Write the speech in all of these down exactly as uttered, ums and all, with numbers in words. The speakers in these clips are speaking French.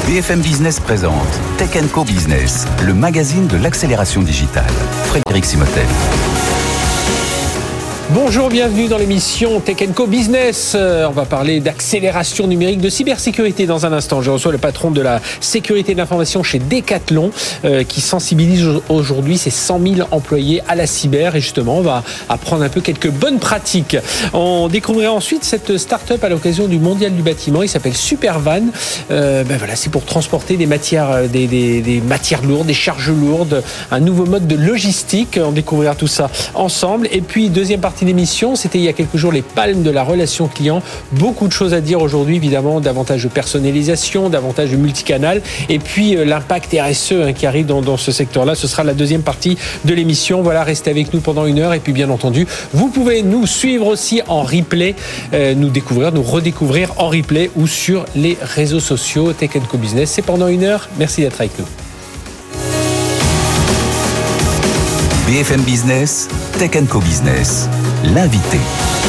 B F M Business présente Tech and Co Business, le magazine de l'accélération digitale. Frédéric Simotel. Bonjour, bienvenue dans l'émission Tech and Co Business. On va parler d'accélération numérique, de cybersécurité dans un instant. Je reçois le patron de la sécurité de l'information chez Decathlon euh, qui sensibilise aujourd'hui ses cent mille employés à la cyber. Et justement, on va apprendre un peu quelques bonnes pratiques. On découvrira ensuite cette start-up à l'occasion du Mondial du bâtiment. Il s'appelle Supervan. Euh, ben voilà, c'est pour transporter des matières, des, des, des matières lourdes, des charges lourdes, un nouveau mode de logistique. On découvrira tout ça ensemble. Et puis, deuxième partie d'émission, c'était il y a quelques jours les palmes de la relation client. Beaucoup de choses à dire aujourd'hui, évidemment, davantage de personnalisation, davantage de multicanal, et puis euh, l'impact R S E hein, qui arrive dans, dans ce secteur-là. Ce sera la deuxième partie de l'émission. Voilà, restez avec nous pendant une heure, et puis bien entendu, vous pouvez nous suivre aussi en replay, euh, nous découvrir, nous redécouvrir en replay ou sur les réseaux sociaux. Tech and Co Business, c'est pendant une heure. Merci d'être avec nous. B F M Business, Tech and Co Business, l'invité.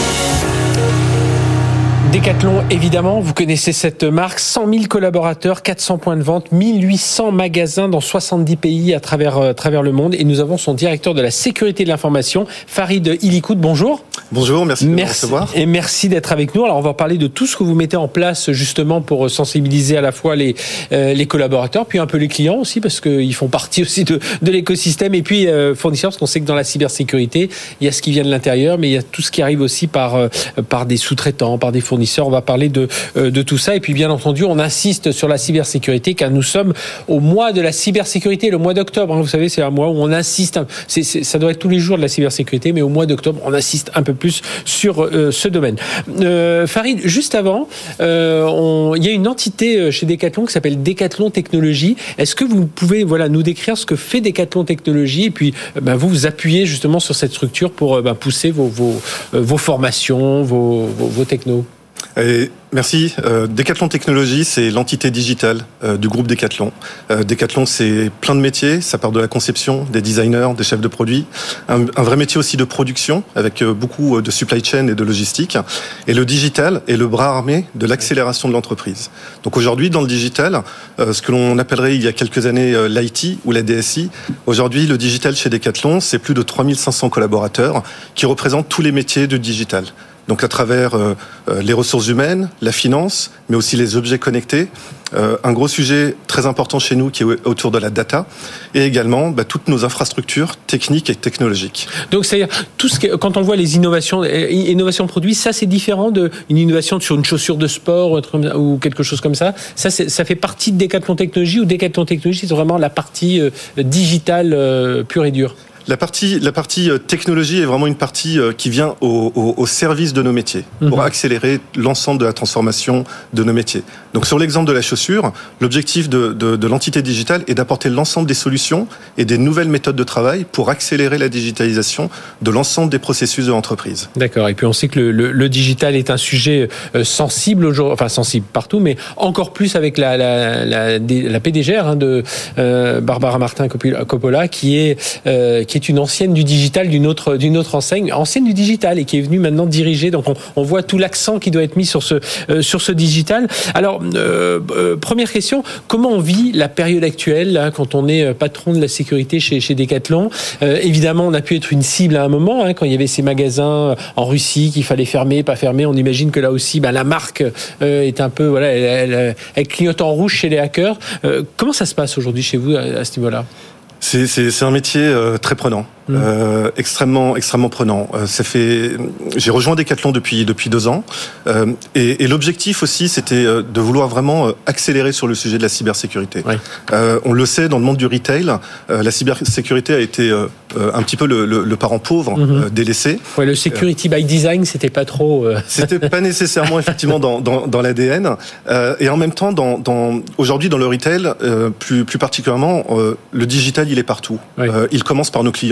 Decathlon, évidemment, vous connaissez cette marque, cent mille collaborateurs, quatre cents points de vente, mille huit cents magasins dans soixante-dix pays à travers, à travers le monde. Et nous avons son directeur de la sécurité de l'information, Farid Ilikout. Bonjour. Bonjour, merci de merci, me recevoir. Et merci d'être avec nous. Alors, on va parler de tout ce que vous mettez en place justement pour sensibiliser à la fois les, euh, les collaborateurs, puis un peu les clients aussi, parce qu'ils font partie aussi de, de l'écosystème. Et puis, euh, fournisseurs, parce qu'on sait que dans la cybersécurité, il y a ce qui vient de l'intérieur, mais il y a tout ce qui arrive aussi par, euh, par des sous-traitants, par des fournisseurs. On va parler de, euh, de tout ça. Et puis, bien entendu, on insiste sur la cybersécurité, car nous sommes au mois de la cybersécurité, le mois d'octobre. Hein, vous savez, c'est un mois où on insiste. C'est, c'est, ça doit être tous les jours de la cybersécurité, mais au mois d'octobre, on insiste un peu plus sur euh, ce domaine. Euh, Farid, juste avant, euh, on, il y a une entité chez Decathlon qui s'appelle Decathlon Technologies. Est-ce que vous pouvez voilà, nous décrire ce que fait Decathlon Technologies et puis ben, vous vous appuyez justement sur cette structure pour ben, pousser vos, vos, vos formations, vos, vos, vos technos? Et merci. Euh, Decathlon Technologies, c'est l'entité digitale euh, du groupe Decathlon. Euh, Decathlon, c'est plein de métiers. Ça part de la conception, des designers, des chefs de produits. Un, un vrai métier aussi de production, avec euh, beaucoup de supply chain et de logistique. Et le digital est le bras armé de l'accélération de l'entreprise. Donc aujourd'hui, dans le digital, euh, ce que l'on appellerait il y a quelques années euh, l'I T ou la D S I, aujourd'hui, le digital chez Decathlon, c'est plus de trois mille cinq cents collaborateurs qui représentent tous les métiers du digital. Donc à travers euh, les ressources humaines, la finance, mais aussi les objets connectés. Euh, un gros sujet très important chez nous qui est autour de la data et également bah, toutes nos infrastructures techniques et technologiques. Donc c'est-à-dire tout ce que, quand on voit les innovations, innovations produits, ça c'est différent d'une innovation sur une chaussure de sport ou quelque chose comme ça. Ça, c'est, ça fait partie de Decathlon Technologies ou Decathlon Technologies c'est vraiment la partie euh, digitale euh, pure et dure. La partie, la partie technologie est vraiment une partie qui vient au, au, au service de nos métiers pour mmh. accélérer l'ensemble de la transformation de nos métiers. Donc sur l'exemple de la chaussure, l'objectif de, de, de l'entité digitale est d'apporter l'ensemble des solutions et des nouvelles méthodes de travail pour accélérer la digitalisation de l'ensemble des processus de l'entreprise. D'accord. Et puis on sait que le, le, le digital est un sujet sensible aujourd'hui, enfin sensible partout, mais encore plus avec la, la, la, la P D G R hein, de euh, Barbara Martin Coppola, qui est euh, qui est une ancienne du digital d'une autre d'une autre enseigne, ancienne du digital et qui est venue maintenant diriger. Donc on, on voit tout l'accent qui doit être mis sur ce euh, sur ce digital. Alors euh, euh, première question, comment on vit la période actuelle là, quand on est patron de la sécurité chez chez Decathlon? euh, Évidemment, on a pu être une cible à un moment hein, quand il y avait ces magasins en Russie qu'il fallait fermer, pas fermer. On imagine que là aussi, ben, la marque euh, est un peu voilà, elle, elle, elle clignote en rouge chez les hackers. Euh, comment ça se passe aujourd'hui chez vous à, à ce niveau-là? C'est, c'est, c'est un métier euh, très prenant, mmh. euh, extrêmement, extrêmement prenant. Euh, ça fait, j'ai rejoint Decathlon depuis depuis deux ans, euh, et, et l'objectif aussi, c'était de vouloir vraiment accélérer sur le sujet de la cybersécurité. Oui. Euh, on le sait, dans le monde du retail, euh, la cybersécurité a été euh, un petit peu le, le, le parent pauvre, mmh. euh, délaissé. Ouais, le security by design, c'était pas trop. Euh... C'était pas nécessairement effectivement dans dans, dans l'A D N, euh, et en même temps, dans, dans aujourd'hui dans le retail, euh, plus plus particulièrement, euh, le digital il est partout. Oui. Euh, il commence par nos clients.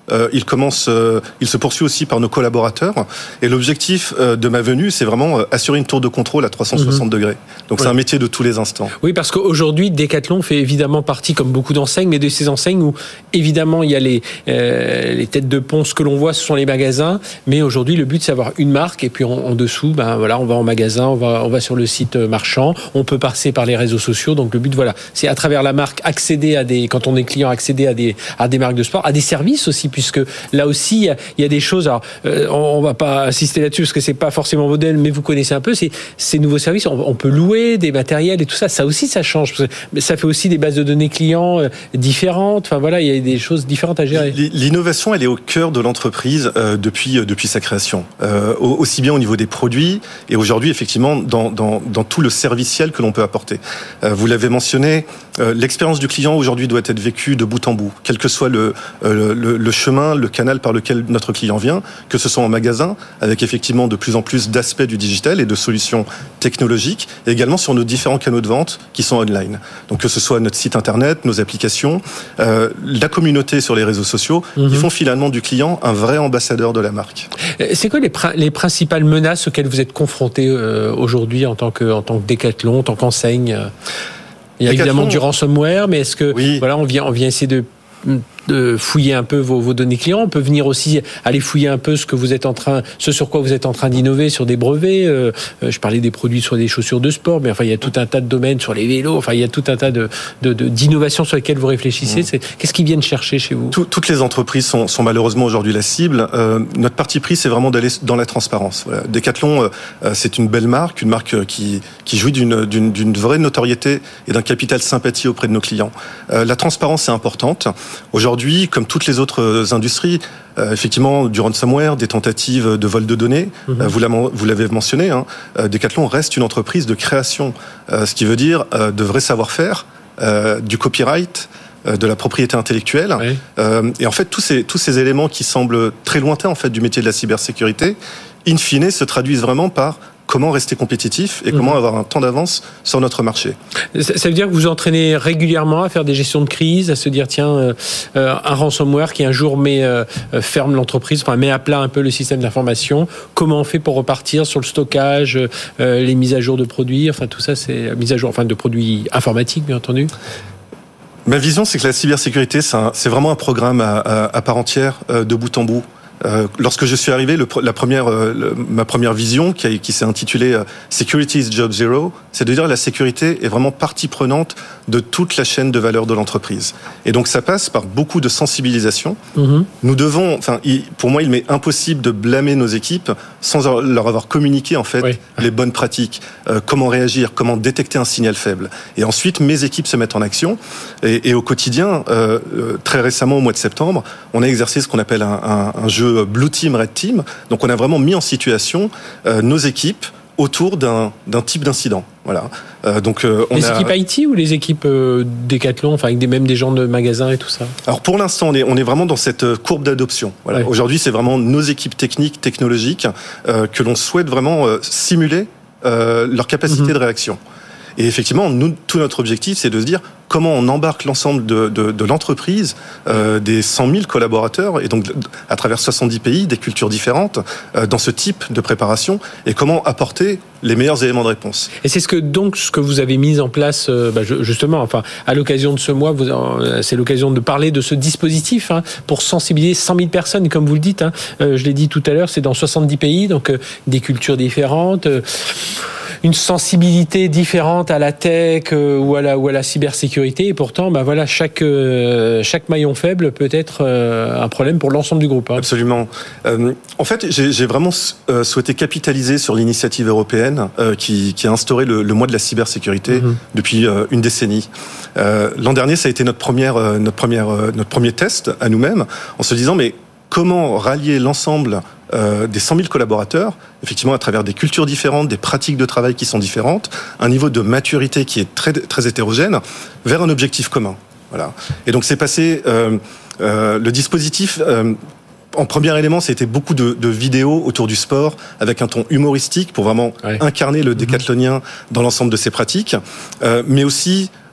euh, il commence, euh, il se poursuit aussi par nos collaborateurs. Et l'objectif euh, de ma venue, c'est vraiment euh, assurer une tour de contrôle à trois cent soixante mmh. degrés. Donc ouais. c'est un métier de tous les instants. Oui, parce qu'aujourd'hui, Decathlon fait évidemment partie, comme beaucoup d'enseignes, mais de ces enseignes où évidemment il y a les euh, les têtes de pont, ce que l'on voit, ce sont les magasins. Mais aujourd'hui, le but c'est d'avoir une marque et puis en, en dessous, ben voilà, on va en magasin, on va on va sur le site marchand, on peut passer par les réseaux sociaux. Donc le but, voilà, c'est à travers la marque accéder à des, quand on est client, accéder à des à des marques de sport, à des services aussi, puisque là aussi il y a, il y a des choses. Alors, euh, on, on va pas insister là-dessus parce que c'est pas forcément modèle, mais vous connaissez un peu. C'est ces nouveaux services, on, on peut louer des matériels et tout ça. Ça aussi, ça change. Mais ça fait aussi des bases de données clients euh, différentes. Enfin voilà, il y a des choses différentes à gérer. L'innovation, elle est au cœur de l'entreprise euh, depuis euh, depuis sa création, euh, aussi bien au niveau des produits et aujourd'hui effectivement dans dans dans tout le serviciel que l'on peut apporter. Euh, vous l'avez mentionné, euh, l'expérience du client aujourd'hui doit être vécue de bout en bout, quel que soit le, euh, le le chemin, le canal par lequel notre client vient, que ce soit en magasin, avec effectivement de plus en plus d'aspects du digital et de solutions technologiques, et également sur nos différents canaux de vente qui sont online. Donc que ce soit notre site internet, nos applications, euh, la communauté sur les réseaux sociaux, mmh. qui font finalement du client un vrai ambassadeur de la marque. C'est quoi les, pr- les principales menaces auxquelles vous êtes confrontés euh, aujourd'hui en tant que en tant que Decathlon, en tant qu'enseigne? Il y a Decathlon, évidemment du ransomware, mais est-ce que oui. voilà, on vient on vient essayer de de fouiller un peu vos, vos données clients. On peut venir aussi aller fouiller un peu ce que vous êtes en train, ce sur quoi vous êtes en train d'innover sur des brevets. Euh, je parlais des produits sur des chaussures de sport, mais enfin il y a tout un tas de domaines sur les vélos. Enfin il y a tout un tas de, de, de d'innovations sur lesquelles vous réfléchissez. Mmh. C'est, qu'est-ce qu'ils viennent chercher chez vous? tout, Toutes les entreprises sont, sont malheureusement aujourd'hui la cible. Euh, notre parti pris, c'est vraiment d'aller dans la transparence. Voilà. Decathlon, euh, c'est une belle marque, une marque qui qui jouit d'une, d'une, d'une vraie notoriété et d'un capital sympathie auprès de nos clients. Euh, la transparence est importante. Aujourd'hui, comme toutes les autres industries, euh, effectivement, du ransomware, des tentatives de vol de données, mmh. euh, vous, la, vous l'avez mentionné, hein, euh, Decathlon reste une entreprise de création, euh, ce qui veut dire euh, de vrai savoir-faire, euh, du copyright, euh, de la propriété intellectuelle. Oui. Euh, et en fait, tous ces, tous ces éléments qui semblent très lointains en fait, du métier de la cybersécurité, in fine, se traduisent vraiment par comment rester compétitif et comment mmh. avoir un temps d'avance sur notre marché. Ça veut dire que vous entraînez régulièrement à faire des gestions de crise, à se dire tiens, euh, un ransomware qui un jour met, euh, ferme l'entreprise, enfin met à plat un peu le système d'information. Comment on fait pour repartir sur le stockage, euh, les mises à jour de produits, enfin tout ça, c'est mise à jour, enfin de produits informatiques bien entendu. Ma vision, c'est que la cybersécurité, c'est, un, c'est vraiment un programme à, à, à part entière, euh, de bout en bout. Euh, lorsque je suis arrivé, le, la première, euh, le, ma première vision, qui, a, qui s'est intitulée euh, Security is Job Zero, c'est de dire que la sécurité est vraiment partie prenante de toute la chaîne de valeur de l'entreprise. Et donc ça passe par beaucoup de sensibilisation. Mmh. Nous devons, enfin, il, pour moi, il m'est impossible de blâmer nos équipes sans leur avoir communiqué en fait oui. les bonnes pratiques, euh, comment réagir, comment détecter un signal faible. Et ensuite, mes équipes se mettent en action. Et, et au quotidien, euh, très récemment, au mois de septembre, on a exercé ce qu'on appelle un, un, un jeu Blue Team, Red Team. Donc on a vraiment mis en situation euh, nos équipes autour d'un, d'un type d'incident. Voilà. Euh, donc, euh, on les a... équipes I T ou les équipes euh, Decathlon, enfin avec des, même des gens de magasins et tout ça? Alors pour l'instant, on est, on est vraiment dans cette courbe d'adoption. Voilà. Ouais. Aujourd'hui, c'est vraiment nos équipes techniques, technologiques, euh, que l'on souhaite vraiment euh, simuler euh, leur capacité mmh. de réaction. Et effectivement, nous, tout notre objectif, c'est de se dire comment on embarque l'ensemble de, de, de l'entreprise, euh, des cent mille collaborateurs, et donc à travers soixante-dix pays, des cultures différentes, euh, dans ce type de préparation, et comment apporter les meilleurs éléments de réponse. Et c'est ce que donc ce que vous avez mis en place, euh, bah, justement, enfin à l'occasion de ce mois, vous, euh, c'est l'occasion de parler de ce dispositif hein, pour sensibiliser cent mille personnes. Et comme vous le dites, hein, euh, je l'ai dit tout à l'heure, c'est dans soixante-dix pays, donc euh, des cultures différentes. Euh, une sensibilité différente à la tech euh, ou à la ou à la cybersécurité et pourtant bah voilà chaque euh, chaque maillon faible peut être euh, un problème pour l'ensemble du groupe hein. Absolument. Euh, en fait, j'ai, j'ai vraiment euh, souhaité capitaliser sur l'initiative européenne euh, qui qui a instauré le, le mois de la cybersécurité mmh. depuis euh, une décennie. Euh, l'an dernier, ça a été notre première euh, notre première euh, notre premier test à nous-mêmes en se disant mais comment rallier l'ensemble Euh, des cent mille collaborateurs, effectivement à travers des cultures différentes, des pratiques de travail qui sont différentes, un niveau de maturité qui est très très hétérogène, vers un objectif commun. Voilà. Et donc c'est passé euh, euh, le dispositif. Euh, En premier élément, c'était beaucoup de, de vidéos autour du sport avec un ton humoristique pour vraiment ouais. incarner le décathlonien dans l'ensemble de ses pratiques, euh, mais aussi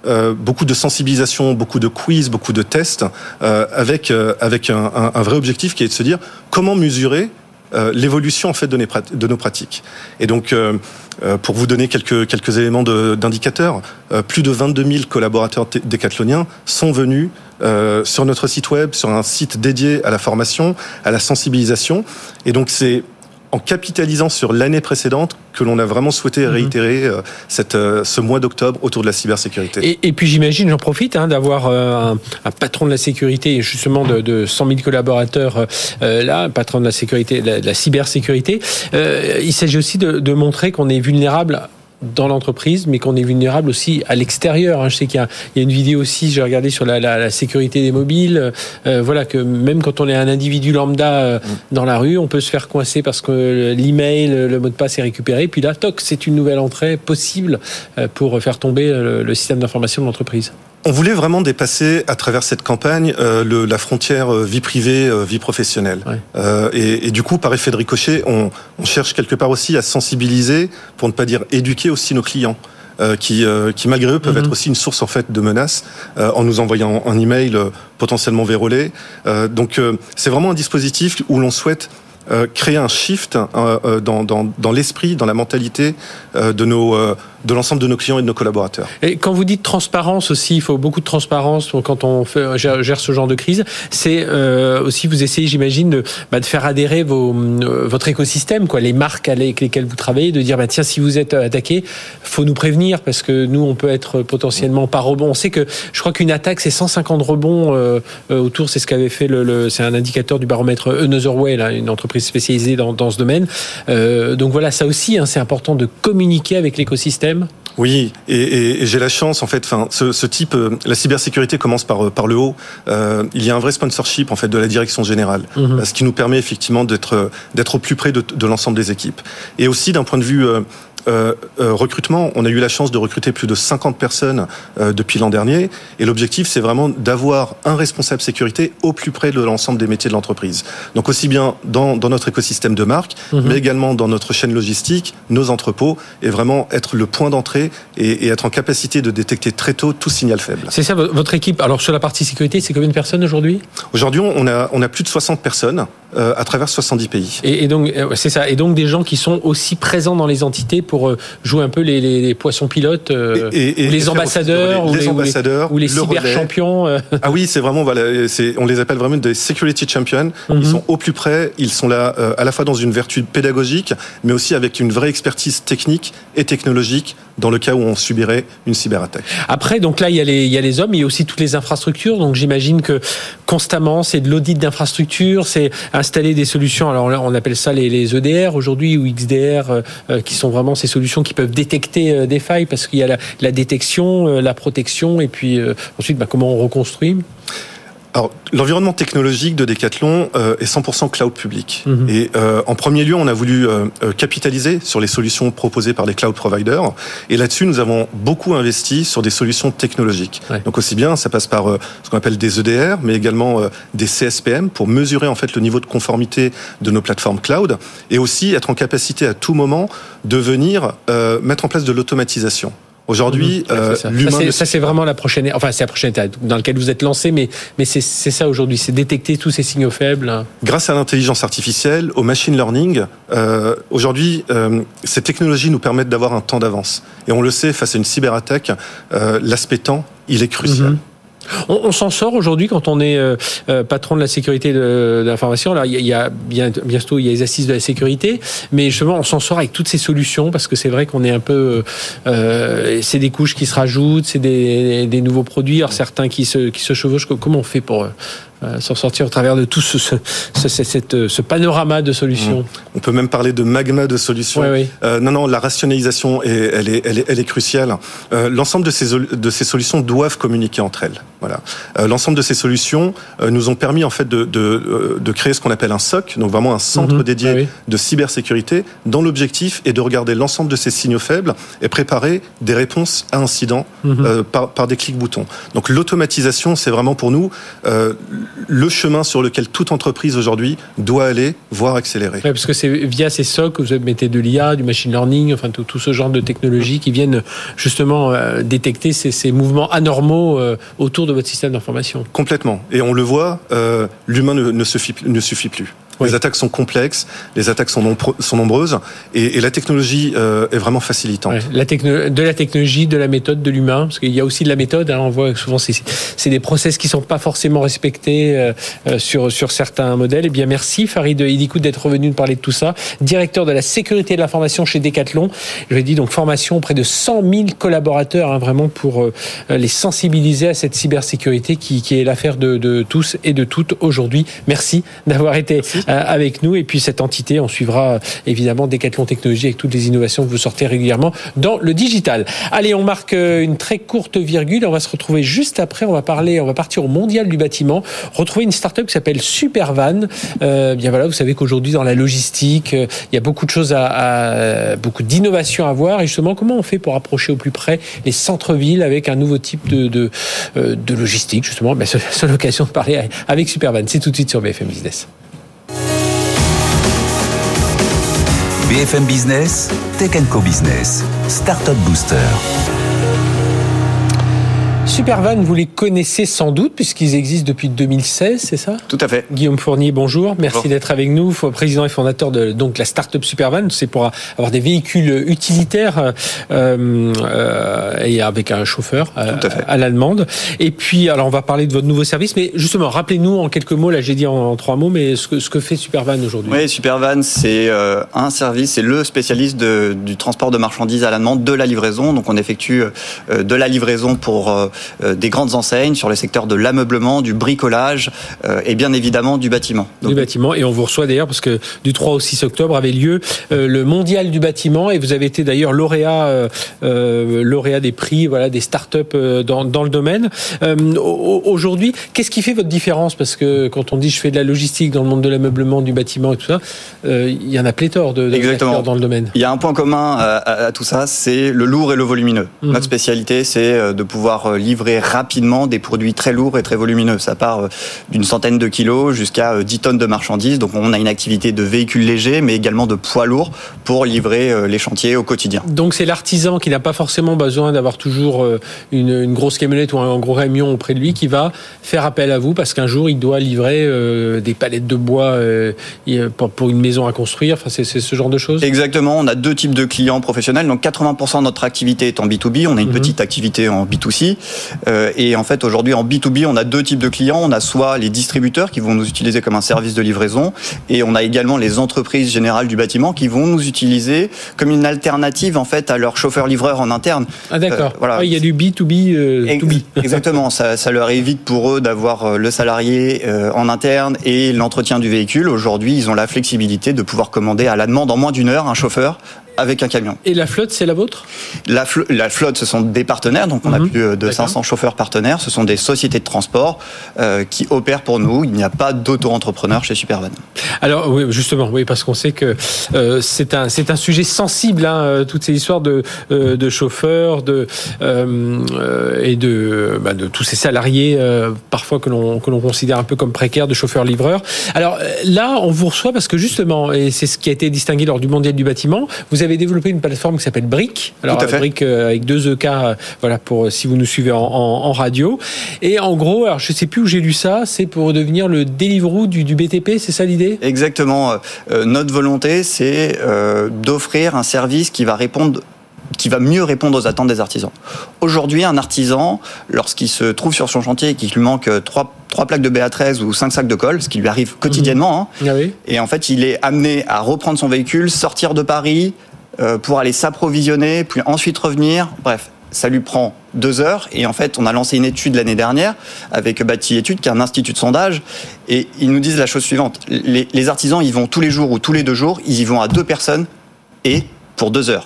euh, beaucoup de sensibilisation, beaucoup de quiz, beaucoup de tests, euh, avec euh, avec un, un, un vrai objectif qui est de se dire comment mesurer euh, l'évolution en fait de, de nos pratiques. Et donc euh, euh, pour vous donner quelques quelques éléments de, d'indicateurs, euh, plus de vingt-deux mille collaborateurs t- décathloniens sont venus euh, sur notre site web, sur un site dédié à la formation, à la sensibilisation. Et donc c'est en capitalisant sur l'année précédente que l'on a vraiment souhaité réitérer euh, cette, euh, ce mois d'octobre autour de la cybersécurité. Et, et puis j'imagine, j'en profite, hein, d'avoir euh, un, un patron de la sécurité, justement de, de cent mille collaborateurs euh, là, un patron de la sécurité, de la, de la cybersécurité. Euh, il s'agit aussi de, de montrer qu'on est vulnérable dans l'entreprise, mais qu'on est vulnérable aussi à l'extérieur. Je sais qu'il y a, il y a une vidéo aussi, j'ai regardé sur la, la, la sécurité des mobiles. Euh, voilà, que même quand on est un individu lambda euh, dans la rue, on peut se faire coincer parce que l'email, le mot de passe est récupéré. Puis là, toc, c'est une nouvelle entrée possible euh, pour faire tomber le, le système d'information de l'entreprise. On voulait vraiment dépasser à travers cette campagne euh, le, la frontière euh, vie privée, euh, vie professionnelle. Ouais. Euh, et, et du coup, par effet de ricochet, on, on cherche quelque part aussi à sensibiliser, pour ne pas dire éduquer aussi nos clients. Euh, qui, euh, qui malgré eux peuvent mm-hmm. être aussi une source en fait de menaces euh, en nous envoyant un email euh, potentiellement vérolé. Euh, donc euh, c'est vraiment un dispositif où l'on souhaite euh, créer un shift euh, dans, dans, dans l'esprit, dans la mentalité euh, de nos euh, de l'ensemble de nos clients et de nos collaborateurs. Et quand vous dites transparence aussi, il faut beaucoup de transparence quand on fait, gère, gère ce genre de crise. C'est euh, aussi, vous essayez, j'imagine, de, bah, de faire adhérer vos, euh, votre écosystème, quoi, les marques avec lesquelles vous travaillez, de dire, bah, tiens, si vous êtes attaqué, faut nous prévenir parce que nous, on peut être potentiellement par rebond. On sait que, je crois qu'une attaque, c'est cent cinquante rebonds euh, autour. C'est ce qu'avait fait le, le, c'est un indicateur du baromètre Another Way, là, une entreprise spécialisée dans, dans ce domaine. Euh, donc voilà, ça aussi, hein, c'est important de communiquer avec l'écosystème. Oui, et, et, et j'ai la chance en fait. Enfin, ce, ce type, euh, la cybersécurité commence par par le haut. Euh, il y a un vrai sponsorship en fait de la direction générale, mmh. ce qui nous permet effectivement d'être d'être au plus près de, de l'ensemble des équipes. Et aussi d'un point de vue euh, Euh, euh, recrutement, on a eu la chance de recruter plus de cinquante personnes euh, depuis l'an dernier, et l'objectif c'est vraiment d'avoir un responsable sécurité au plus près de l'ensemble des métiers de l'entreprise. Donc aussi bien dans, dans notre écosystème de marque, mmh. mais également dans notre chaîne logistique, nos entrepôts, et vraiment être le point d'entrée et, et être en capacité de détecter très tôt tout signal faible. C'est ça votre équipe. Alors sur la partie sécurité, c'est combien de personnes aujourd'hui ? Aujourd'hui, on a on a plus de soixante personnes euh, à travers soixante-dix pays. Et, et donc c'est ça. Et donc des gens qui sont aussi présents dans les entités pour pour jouer un peu les, les, les poissons pilotes, euh, et, et, ou les ambassadeurs, les, les, les ambassadeurs, ou les, ou les cyber champions. Euh. Ah oui, c'est vraiment, voilà, c'est, on les appelle vraiment des security champions. Mm-hmm. Ils sont au plus près, ils sont là euh, à la fois dans une vertu pédagogique, mais aussi avec une vraie expertise technique et technologique dans le cas où on subirait une cyberattaque. Après, donc là, il y a les, il y a les hommes, il y a aussi toutes les infrastructures. Donc j'imagine que constamment, c'est de l'audit d'infrastructures, c'est installer des solutions. Alors là, on appelle ça les, les E D R aujourd'hui ou X D R, euh, qui sont vraiment ces solutions qui peuvent détecter euh, des failles parce qu'il y a la, la détection, euh, la protection, et puis euh, ensuite, bah, comment on reconstruit. Alors, l'environnement technologique de Decathlon euh, est cent pour cent cloud public. Mmh. Et euh, en premier lieu, on a voulu euh, capitaliser sur les solutions proposées par les cloud providers. Et là-dessus, nous avons beaucoup investi sur des solutions technologiques. Ouais. Donc aussi bien, ça passe par euh, ce qu'on appelle des E D R, mais également euh, des C S P M pour mesurer en fait le niveau de conformité de nos plateformes cloud, et aussi être en capacité à tout moment de venir euh, mettre en place de l'automatisation. Aujourd'hui, mmh, euh, ça. l'humain... Ça c'est, ça, c'est vraiment la prochaine... Enfin, c'est la prochaine étape dans laquelle vous êtes lancé, mais, mais c'est, c'est ça aujourd'hui, c'est détecter tous ces signaux faibles. Grâce à l'intelligence artificielle, au machine learning, euh, aujourd'hui, euh, ces technologies nous permettent d'avoir un temps d'avance. Et on le sait, face à une cyberattaque, euh, l'aspect temps, il est crucial. Mmh. On, on s'en sort aujourd'hui quand on est euh, patron de la sécurité de, de l'information. Alors il y a, il y a bien, bientôt il y a les assises de la sécurité, mais justement on s'en sort avec toutes ces solutions parce que c'est vrai qu'on est un peu, euh, c'est des couches qui se rajoutent, c'est des, des nouveaux produits, alors certains qui se qui se chevauchent. Comment on fait pour euh, s'en sortir au travers de tout ce, ce, ce, cette, ce panorama de solutions? On peut même parler de magma de solutions. Oui, oui. Euh, non, non, la rationalisation est, elle est, elle est, elle est cruciale. Euh, l'ensemble de ces de ces solutions doivent communiquer entre elles. Voilà. Euh, l'ensemble de ces solutions euh, nous ont permis en fait de, de, de créer ce qu'on appelle un S O C, donc vraiment un centre mmh, dédié ah oui. de cybersécurité, dont l'objectif est de regarder l'ensemble de ces signaux faibles et préparer des réponses à incidents mmh. euh, par, par des clics boutons. Donc l'automatisation, c'est vraiment pour nous euh, le chemin sur lequel toute entreprise aujourd'hui doit aller, voire accélérer. Ouais, parce que c'est via ces S O C que vous mettez de l'I A, du machine learning, enfin tout, tout ce genre de technologies qui viennent justement euh, détecter ces, ces mouvements anormaux euh, autour de votre système d'information. Complètement. Et on le voit, euh, l'humain ne, ne, suffit, ne suffit plus. Oui. Les attaques sont complexes, les attaques sont, nombr- sont nombreuses, et, et la technologie euh, est vraiment facilitante. Ouais, la techno- de la technologie, de la méthode, de l'humain, parce qu'il y a aussi de la méthode. Hein, on voit que souvent c'est, c'est des process qui sont pas forcément respectés euh, euh, sur sur certains modèles. Eh bien, merci Farid Idikout d'être revenu nous parler de tout ça. Directeur de la sécurité de l'information chez Decathlon. Je l'ai dit, donc formation auprès de cent mille collaborateurs, hein, vraiment pour euh, les sensibiliser à cette cybersécurité qui, qui est l'affaire de, de tous et de toutes aujourd'hui. Merci d'avoir été merci. Avec nous, et puis cette entité, on suivra évidemment Decathlon Technologies avec toutes les innovations que vous sortez régulièrement dans le digital. Allez, on marque une très courte virgule, on va se retrouver juste après, on va parler, on va partir au mondial du bâtiment, retrouver une start-up qui s'appelle Supervan. Euh, bien voilà, vous savez qu'aujourd'hui dans la logistique, il y a beaucoup de choses à, à beaucoup d'innovations à voir, et justement comment on fait pour approcher au plus près les centres-villes avec un nouveau type de de, de logistique justement. Ben, c'est, c'est l'occasion de parler avec Supervan. C'est tout de suite sur B F M Business. B F M Business, Tech and Co Business, Startup Booster. Supervan, vous les connaissez sans doute puisqu'ils existent depuis deux mille seize, c'est ça ? Tout à fait. Guillaume Fournier, bonjour. Merci bonjour. D'être avec nous, président et fondateur de donc la start-up Supervan. C'est pour avoir des véhicules utilitaires euh, euh, et avec un chauffeur à, à la demande. Et puis, alors on va parler de votre nouveau service, mais justement, rappelez-nous en quelques mots. Là, j'ai dit en, en trois mots, mais ce que ce que fait Supervan aujourd'hui. Oui, Supervan, c'est euh, un service, c'est le spécialiste de, du transport de marchandises à la demande, de la livraison. Donc, on effectue euh, de la livraison pour euh, des grandes enseignes sur les secteurs de l'ameublement, du bricolage euh, et bien évidemment du bâtiment. Donc, du bâtiment, et on vous reçoit d'ailleurs parce que du trois au six octobre avait lieu euh, le mondial du bâtiment, et vous avez été d'ailleurs lauréat, euh, euh, lauréat des prix, voilà, des startups euh, dans, dans le domaine. Euh, aujourd'hui, qu'est-ce qui fait votre différence ? Parce que quand on dit je fais de la logistique dans le monde de l'ameublement, du bâtiment et tout ça, euh, il y en a pléthore de, de acteurs dans le domaine. Il y a un point commun à, à, à tout ça, c'est le lourd et le volumineux. Mmh. Notre spécialité, c'est de pouvoir livrer rapidement des produits très lourds et très volumineux. Ça part d'une centaine de kilos jusqu'à dix tonnes de marchandises. Donc on a une activité de véhicules légers, mais également de poids lourds pour livrer les chantiers au quotidien. Donc c'est l'artisan qui n'a pas forcément besoin d'avoir toujours une, une grosse camionnette ou un gros camion auprès de lui qui va faire appel à vous parce qu'un jour il doit livrer euh, des palettes de bois euh, pour une maison à construire. Enfin, c'est, c'est ce genre de choses. Exactement. On a deux types de clients professionnels. Donc quatre-vingts pour cent de notre activité est en B deux B. On a une mmh. petite activité en B deux C. Euh, et en fait, aujourd'hui, en B deux B, on a deux types de clients. On a soit les distributeurs qui vont nous utiliser comme un service de livraison, et on a également les entreprises générales du bâtiment qui vont nous utiliser comme une alternative en fait à leur chauffeur-livreur en interne. Ah d'accord. Euh, voilà. Ah, il y a du B deux B. Euh, Ex- to B. Exactement. Ça, ça leur évite pour eux d'avoir le salarié euh, en interne et l'entretien du véhicule. Aujourd'hui, ils ont la flexibilité de pouvoir commander à la demande en moins d'une heure un chauffeur avec un camion. Et la flotte, c'est la vôtre ? la, fl- la flotte, ce sont des partenaires, donc on mmh. a plus de D'accord. cinq cents chauffeurs partenaires. Ce sont des sociétés de transport euh, qui opèrent pour nous. Il n'y a pas d'auto-entrepreneur chez Supervan. Alors oui, justement, oui, parce qu'on sait que euh, c'est un c'est un sujet sensible, hein, toutes ces histoires de euh, de chauffeurs, de euh, et de bah, de tous ces salariés euh, parfois que l'on que l'on considère un peu comme précaires, de chauffeurs-livreurs. Alors là, on vous reçoit parce que justement, et c'est ce qui a été distingué lors du mondial du bâtiment, vous Vous avez développé une plateforme qui s'appelle Brick. Alors, Tout à fait. Brick euh, avec deux E K, euh, voilà, pour si vous nous suivez en, en, en radio. Et en gros, alors je ne sais plus où j'ai lu ça, c'est pour devenir le Deliveroo du, du B T P, c'est ça l'idée ? Exactement. Euh, notre volonté, c'est euh, d'offrir un service qui va répondre qui va mieux répondre aux attentes des artisans. Aujourd'hui, un artisan, lorsqu'il se trouve sur son chantier et qu'il lui manque trois, trois plaques de B A treize ou cinq sacs de colle, ce qui lui arrive quotidiennement, mmh. hein, ah oui. et en fait, il est amené à reprendre son véhicule, sortir de Paris, euh, pour aller s'approvisionner, puis ensuite revenir, bref. Ça lui prend deux heures. Et en fait, on a lancé une étude l'année dernière avec Bâti Études, qui est un institut de sondage. Et ils nous disent la chose suivante. Les, les artisans, ils vont tous les jours ou tous les deux jours, ils y vont à deux personnes et pour deux heures.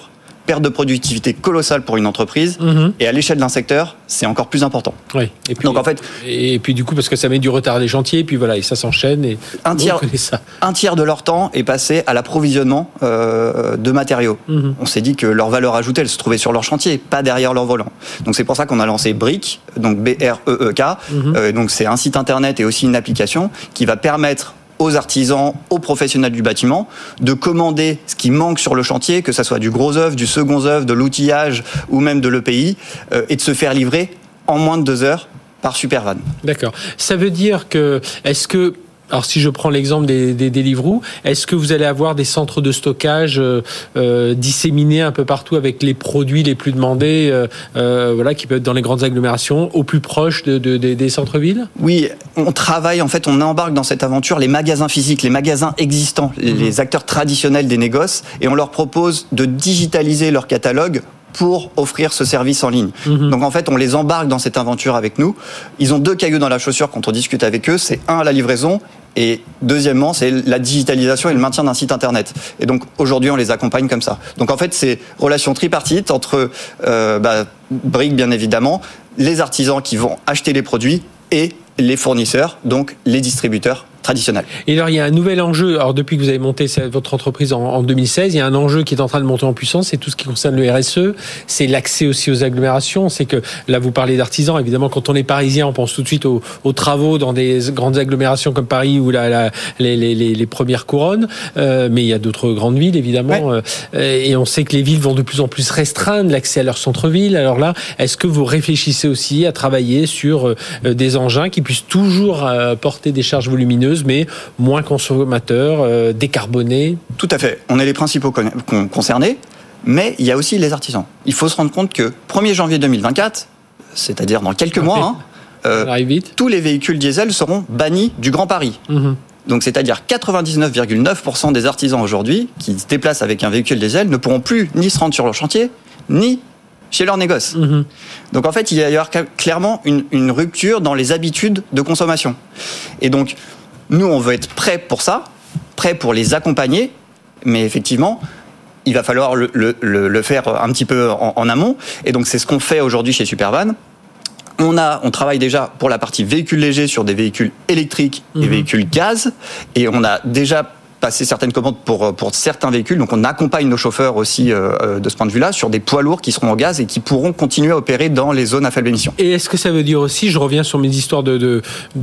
perte de productivité colossale pour une entreprise. Mmh. Et à l'échelle d'un secteur, c'est encore plus important. Oui. Et puis, donc en fait, et puis du coup, parce que ça met du retard des chantiers, et puis voilà, et ça s'enchaîne. Et un tiers, ça. un tiers de leur temps est passé à l'approvisionnement euh, de matériaux. Mmh. On s'est dit que leur valeur ajoutée, elle se trouvait sur leur chantier, pas derrière leur volant. Donc c'est pour ça qu'on a lancé Brick, donc B R E E K. Mmh. Euh, donc c'est un site internet et aussi une application qui va permettre aux artisans, aux professionnels du bâtiment, de commander ce qui manque sur le chantier, que ça soit du gros œuvre, du second œuvre, de l'outillage ou même de l'E P I, euh, et de se faire livrer en moins de deux heures par Supervan. D'accord. Ça veut dire que, est-ce que, alors si je prends l'exemple des, des Deliveroo, est-ce que vous allez avoir des centres de stockage euh, euh, disséminés un peu partout avec les produits les plus demandés, euh, euh, voilà, qui peuvent être dans les grandes agglomérations, au plus proche de, de, de, des centres-villes ? Oui, on travaille, en fait, on embarque dans cette aventure les magasins physiques, les magasins existants, mmh. les acteurs traditionnels des négoces, et on leur propose de digitaliser leur catalogue pour offrir ce service en ligne. Mmh. Donc en fait, on les embarque dans cette aventure avec nous. Ils ont deux cailloux dans la chaussure quand on discute avec eux. C'est un, la livraison, et deuxièmement, c'est la digitalisation et le maintien d'un site internet. Et donc aujourd'hui, on les accompagne comme ça. Donc en fait, c'est relation tripartite entre euh, bah, Brick, bien évidemment, les artisans qui vont acheter les produits et les fournisseurs, donc les distributeurs traditionnels. Et alors, il y a un nouvel enjeu. Alors, depuis que vous avez monté votre entreprise en, en deux mille seize, il y a un enjeu qui est en train de monter en puissance. C'est tout ce qui concerne le R S E. C'est l'accès aussi aux agglomérations. C'est que, là, vous parlez d'artisans. Évidemment, quand on est parisien, on pense tout de suite aux, aux travaux dans des grandes agglomérations comme Paris ou la, la, les, les, les premières couronnes. Euh, mais il y a d'autres grandes villes, évidemment. Ouais. Euh, et on sait que les villes vont de plus en plus restreindre l'accès à leur centre-ville. Alors là, est-ce que vous réfléchissez aussi à travailler sur euh, des engins qui puissent toujours euh, porter des charges volumineuses, mais moins consommateurs, euh, décarbonés? Tout à fait. On est les principaux con- concernés, mais il y a aussi les artisans. Il faut se rendre compte que premier janvier deux mille vingt-quatre, c'est-à-dire dans quelques okay. mois, hein, euh, tous les véhicules diesel seront bannis du Grand Paris. Mmh. Donc, c'est-à-dire quatre-vingt-dix-neuf virgule neuf pour cent des artisans aujourd'hui qui se déplacent avec un véhicule diesel ne pourront plus ni se rendre sur leur chantier, ni chez leur négoce. Mmh. Donc, en fait, il y a clairement une, une rupture dans les habitudes de consommation. Et donc, nous, on veut être prêts pour ça, prêts pour les accompagner, mais effectivement, il va falloir le, le, le faire un petit peu en, en amont. Et donc, c'est ce qu'on fait aujourd'hui chez Supervan. On, a, on travaille déjà pour la partie véhicules légers sur des véhicules électriques et mmh. véhicules gaz. Et on a déjà passer certaines commandes pour, pour certains véhicules. Donc, on accompagne nos chauffeurs aussi euh, de ce point de vue-là sur des poids lourds qui seront au gaz et qui pourront continuer à opérer dans les zones à faible émission. Et est-ce que ça veut dire aussi, je reviens sur mes histoires de... de,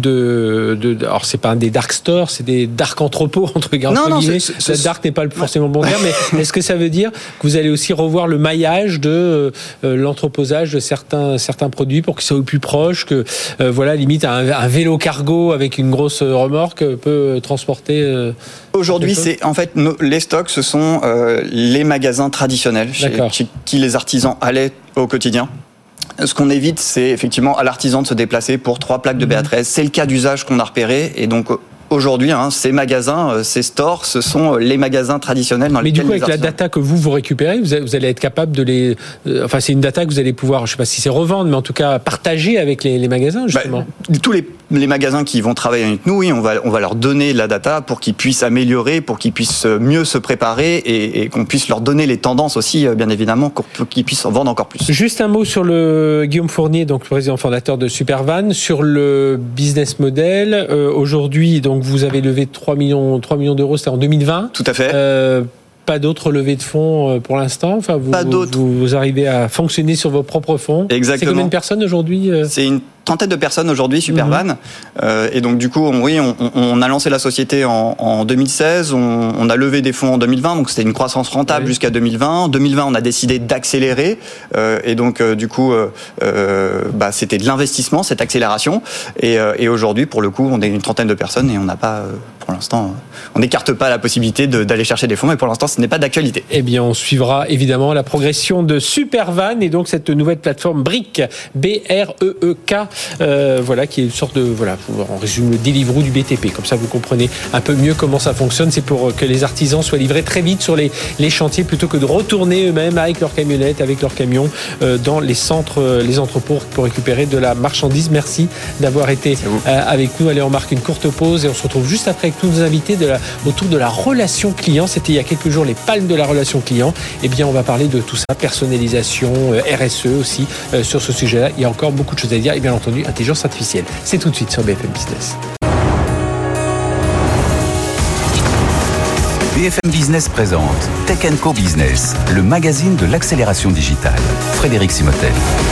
de, de, de alors, c'est pas des dark stores, c'est des dark entrepôts, entre guillemets. Non, non, c'est, c'est, dark n'est pas forcément le bon terme, mais est-ce que ça veut dire que vous allez aussi revoir le maillage de euh, l'entreposage de certains, certains produits pour qu'ils soient au plus proche, que, euh, voilà, limite, un, un vélo cargo avec une grosse remorque peut transporter... Euh, Aujourd'hui, c'est en fait nos, les stocks, ce sont euh, les magasins traditionnels chez, chez qui les artisans allaient au quotidien. Ce qu'on évite, c'est effectivement à l'artisan de se déplacer pour trois plaques de B A treize. C'est le cas d'usage qu'on a repéré, et donc aujourd'hui, hein, ces magasins, ces stores, ce sont les magasins traditionnels dans Mais lesquels. Mais du coup, avec artisans... la data que vous vous récupérez, vous allez être capable de les. Euh, enfin, c'est une data que vous allez pouvoir, je ne sais pas si c'est revendre, mais en tout cas partager avec les, les magasins justement. Bah, tous les, les magasins qui vont travailler avec nous, oui, on va on va leur donner la data pour qu'ils puissent améliorer, pour qu'ils puissent mieux se préparer et, et qu'on puisse leur donner les tendances aussi, bien évidemment, pour qu'ils puissent en vendre encore plus. Juste un mot sur le Guillaume Fournier, donc président fondateur de Supervan, sur le business model. Euh, aujourd'hui, donc vous avez levé trois millions d'euros, c'était en deux mille vingt. Tout à fait. Euh, pas d'autres levées de fonds pour l'instant. Enfin, vous, pas d'autres. Vous, vous arrivez à fonctionner sur vos propres fonds. Exactement. C'est combien de personnes aujourd'hui ? C'est une trentaine de personnes aujourd'hui, Supervan. Mmh. Euh, et donc, du coup, on, oui, on, on a lancé la société en, en deux mille seize. On, on a levé des fonds en deux mille vingt. Donc, c'était une croissance rentable oui. jusqu'à deux mille vingt. En deux mille vingt, on a décidé d'accélérer. Euh, et donc, euh, du coup, euh, bah, c'était de l'investissement, cette accélération. Et, euh, et aujourd'hui, pour le coup, on est une trentaine de personnes et on n'a pas, euh, pour l'instant, on n'écarte pas la possibilité de, d'aller chercher des fonds. Mais pour l'instant, ce n'est pas d'actualité. Eh bien, on suivra évidemment la progression de Supervan et donc cette nouvelle plateforme Brick, B R E E K. euh, voilà, qui est une sorte de, voilà, on résume le Deliveroo du B T P. Comme ça, vous comprenez un peu mieux comment ça fonctionne. C'est pour que les artisans soient livrés très vite sur les, les chantiers plutôt que de retourner eux-mêmes avec leurs camionnettes, avec leurs camions euh, dans les centres, euh, les entrepôts pour récupérer de la marchandise. Merci d'avoir été euh, avec nous. Allez, on marque une courte pause et on se retrouve juste après avec tous nos invités de la, autour de la relation client. C'était il y a quelques jours les palmes de la relation client. Eh bien, on va parler de tout ça, personnalisation, euh, R S E aussi euh, sur ce sujet-là. Il y a encore beaucoup de choses à dire et bien entendu, intelligence artificielle. C'est tout de suite sur B F M Business. B F M Business présente Tech and Co Business, le magazine de l'accélération digitale. Frédéric Simotel.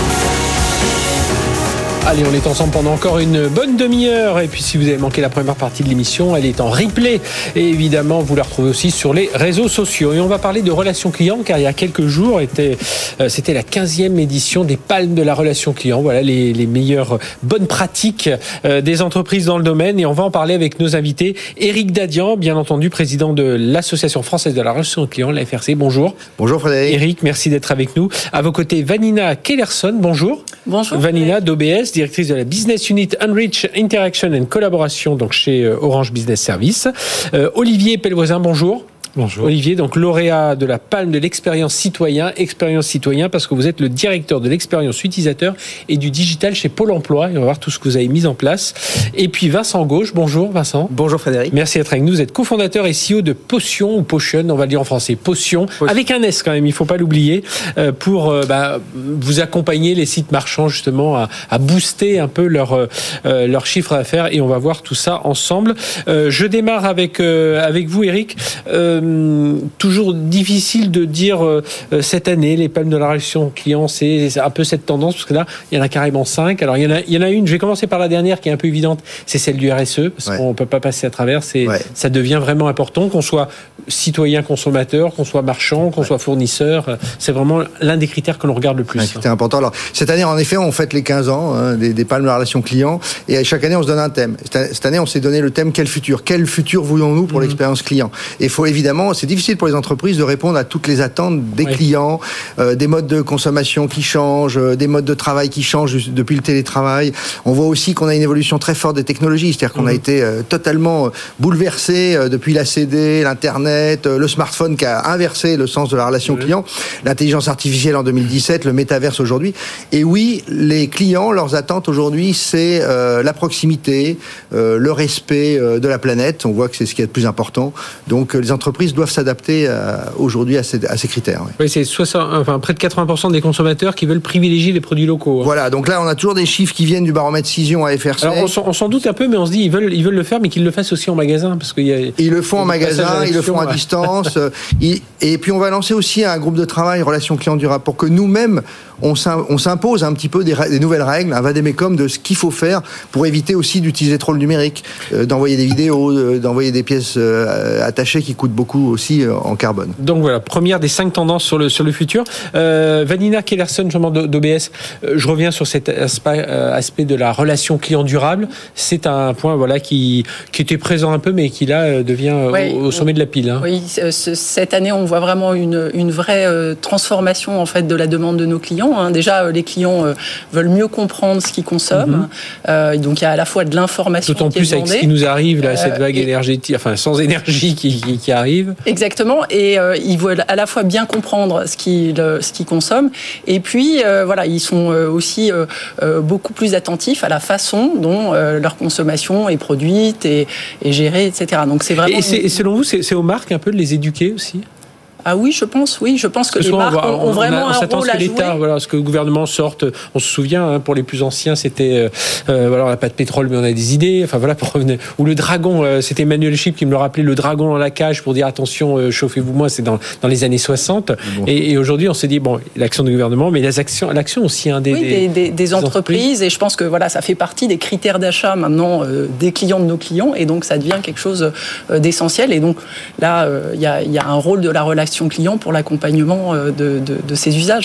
Allez, on est ensemble pendant encore une bonne demi-heure. Et puis, si vous avez manqué la première partie de l'émission, elle est en replay. Et évidemment, vous la retrouvez aussi sur les réseaux sociaux. Et on va parler de relations clients, car il y a quelques jours, était, euh, c'était la quinzième édition des palmes de la relation client. Voilà les, les meilleures bonnes pratiques euh, des entreprises dans le domaine. Et on va en parler avec nos invités. Éric Dadian, bien entendu, président de l'Association française de la relation client, la F R C. Bonjour. Bonjour Frédéric. Éric, merci d'être avec nous. À vos côtés, Vanina Kellerson. Bonjour. Bonjour. Vanina d'O B S, directrice de la Business Unit Enrich Interaction and Collaboration, donc chez Orange Business Services. Euh, Olivier Pellevoisin, bonjour. Bonjour. Olivier, donc lauréat de la Palme de l'expérience citoyen, expérience citoyen, parce que vous êtes le directeur de l'expérience utilisateur et du digital chez Pôle emploi. Et on va voir tout ce que vous avez mis en place. Et puis Vincent Gauche, bonjour Vincent. Bonjour Frédéric. Merci d'être avec nous. Vous êtes cofondateur et C E O de Potion, ou Potion, on va le dire en français, Potion, Potion. Avec un S quand même, il ne faut pas l'oublier, pour euh, bah, vous accompagner les sites marchands justement à, à booster un peu leur, euh, leur chiffre d'affaires. Et on va voir tout ça ensemble. Euh, je démarre avec, euh, avec vous Éric. Euh, Toujours difficile de dire euh, cette année, les palmes de la relation client, c'est, c'est un peu cette tendance, parce que là, il y en a carrément cinq. Alors, il y en a, il y en a une, je vais commencer par la dernière qui est un peu évidente, c'est celle du R S E, parce ouais. qu'on ne peut pas passer à travers. C'est, ouais. Ça devient vraiment important, qu'on soit citoyen consommateur, qu'on soit marchand, qu'on ouais. soit fournisseur. C'est vraiment l'un des critères que l'on regarde le plus. Ouais, c'était important. Alors, cette année, en effet, on fête les quinze ans hein, des, des palmes de la relation client, et chaque année, on se donne un thème. Cette année, on s'est donné le thème quel futur Quel futur voulons-nous pour mmh. l'expérience client? Et il faut évidemment, c'est difficile pour les entreprises de répondre à toutes les attentes des oui. clients, euh, des modes de consommation qui changent, euh, des modes de travail qui changent depuis le télétravail. On voit aussi qu'on a une évolution très forte des technologies, c'est-à-dire qu'on mmh. a été euh, totalement bouleversé euh, depuis la C D, l'Internet, euh, le smartphone qui a inversé le sens de la relation mmh. client, l'intelligence artificielle en deux mille dix-sept, le métaverse aujourd'hui. Et oui, les clients, leurs attentes aujourd'hui, c'est euh, la proximité, euh, le respect euh, de la planète. On voit que c'est ce qui est le plus important. Donc, euh, les entreprises doivent s'adapter à, aujourd'hui à ces, à ces critères. Oui, oui c'est soixante, enfin, près de quatre-vingts pour cent des consommateurs qui veulent privilégier les produits locaux. Hein. Voilà, donc là, on a toujours des chiffres qui viennent du baromètre Cision à F R C. Alors, on s'en, on s'en doute un peu, mais on se dit ils veulent, ils veulent le faire, mais qu'ils le fassent aussi en magasin. Parce qu'il y a, ils le font en magasin, ils le font à ouais. distance. ils, et puis, on va lancer aussi un groupe de travail relations clients durables pour que nous-mêmes, on, on s'impose un petit peu des, des nouvelles règles, un vadémécum de ce qu'il faut faire pour éviter aussi d'utiliser trop le numérique, euh, d'envoyer des vidéos, euh, d'envoyer des pièces euh, attachées qui coûtent beaucoup aussi euh, en carbone. Donc voilà, première des cinq tendances sur le, sur le futur. Euh, Vanina Kellerson, d'O B S, euh, je reviens sur cet aspect, euh, aspect de la relation client durable. C'est un point voilà, qui, qui était présent un peu, mais qui là devient oui, au, au sommet de la pile. Hein. Oui, cette année, on voit vraiment une, une vraie transformation en fait, de la demande de nos clients. Déjà, les clients veulent mieux comprendre ce qu'ils consomment. Mm-hmm. Euh, donc, il y a à la fois de l'information D'autant qui plus est avec ce qui nous arrive, là, cette vague euh, et... énergétique, enfin sans énergie qui, qui, qui arrive. Exactement. Et euh, ils veulent à la fois bien comprendre ce qu'ils, euh, ce qu'ils consomment. Et puis, euh, voilà, ils sont euh, aussi euh, euh, beaucoup plus attentifs à la façon dont euh, leur consommation est produite et, et gérée, et cetera. Donc, c'est vraiment. Et, c'est, et selon vous, c'est, c'est aux marques un peu de les éduquer aussi? Ah oui, je pense, oui. Je pense que les marques on, ont, ont vraiment on a, on un rôle à l'État, jouer. Voilà, ce que le gouvernement sorte, on se souvient, hein, pour les plus anciens, c'était, euh, voilà, on n'a pas de pétrole, mais on a des idées. Enfin voilà, pour revenir. Ou le dragon, euh, c'était Emmanuel Chip qui me le rappelait, le dragon dans la cage pour dire attention, euh, chauffez-vous moins. C'est dans dans les années soixante. Bon. Et, et aujourd'hui, on s'est dit bon, l'action du gouvernement, mais les actions, l'action aussi, hein, des, oui, des, des, des, des entreprises, entreprises. Et je pense que voilà, ça fait partie des critères d'achat maintenant euh, des clients de nos clients, et donc ça devient quelque chose euh, d'essentiel. Et donc là, il euh, y a il y a un rôle de la relation client pour la accompagnement de, de, de ces usages.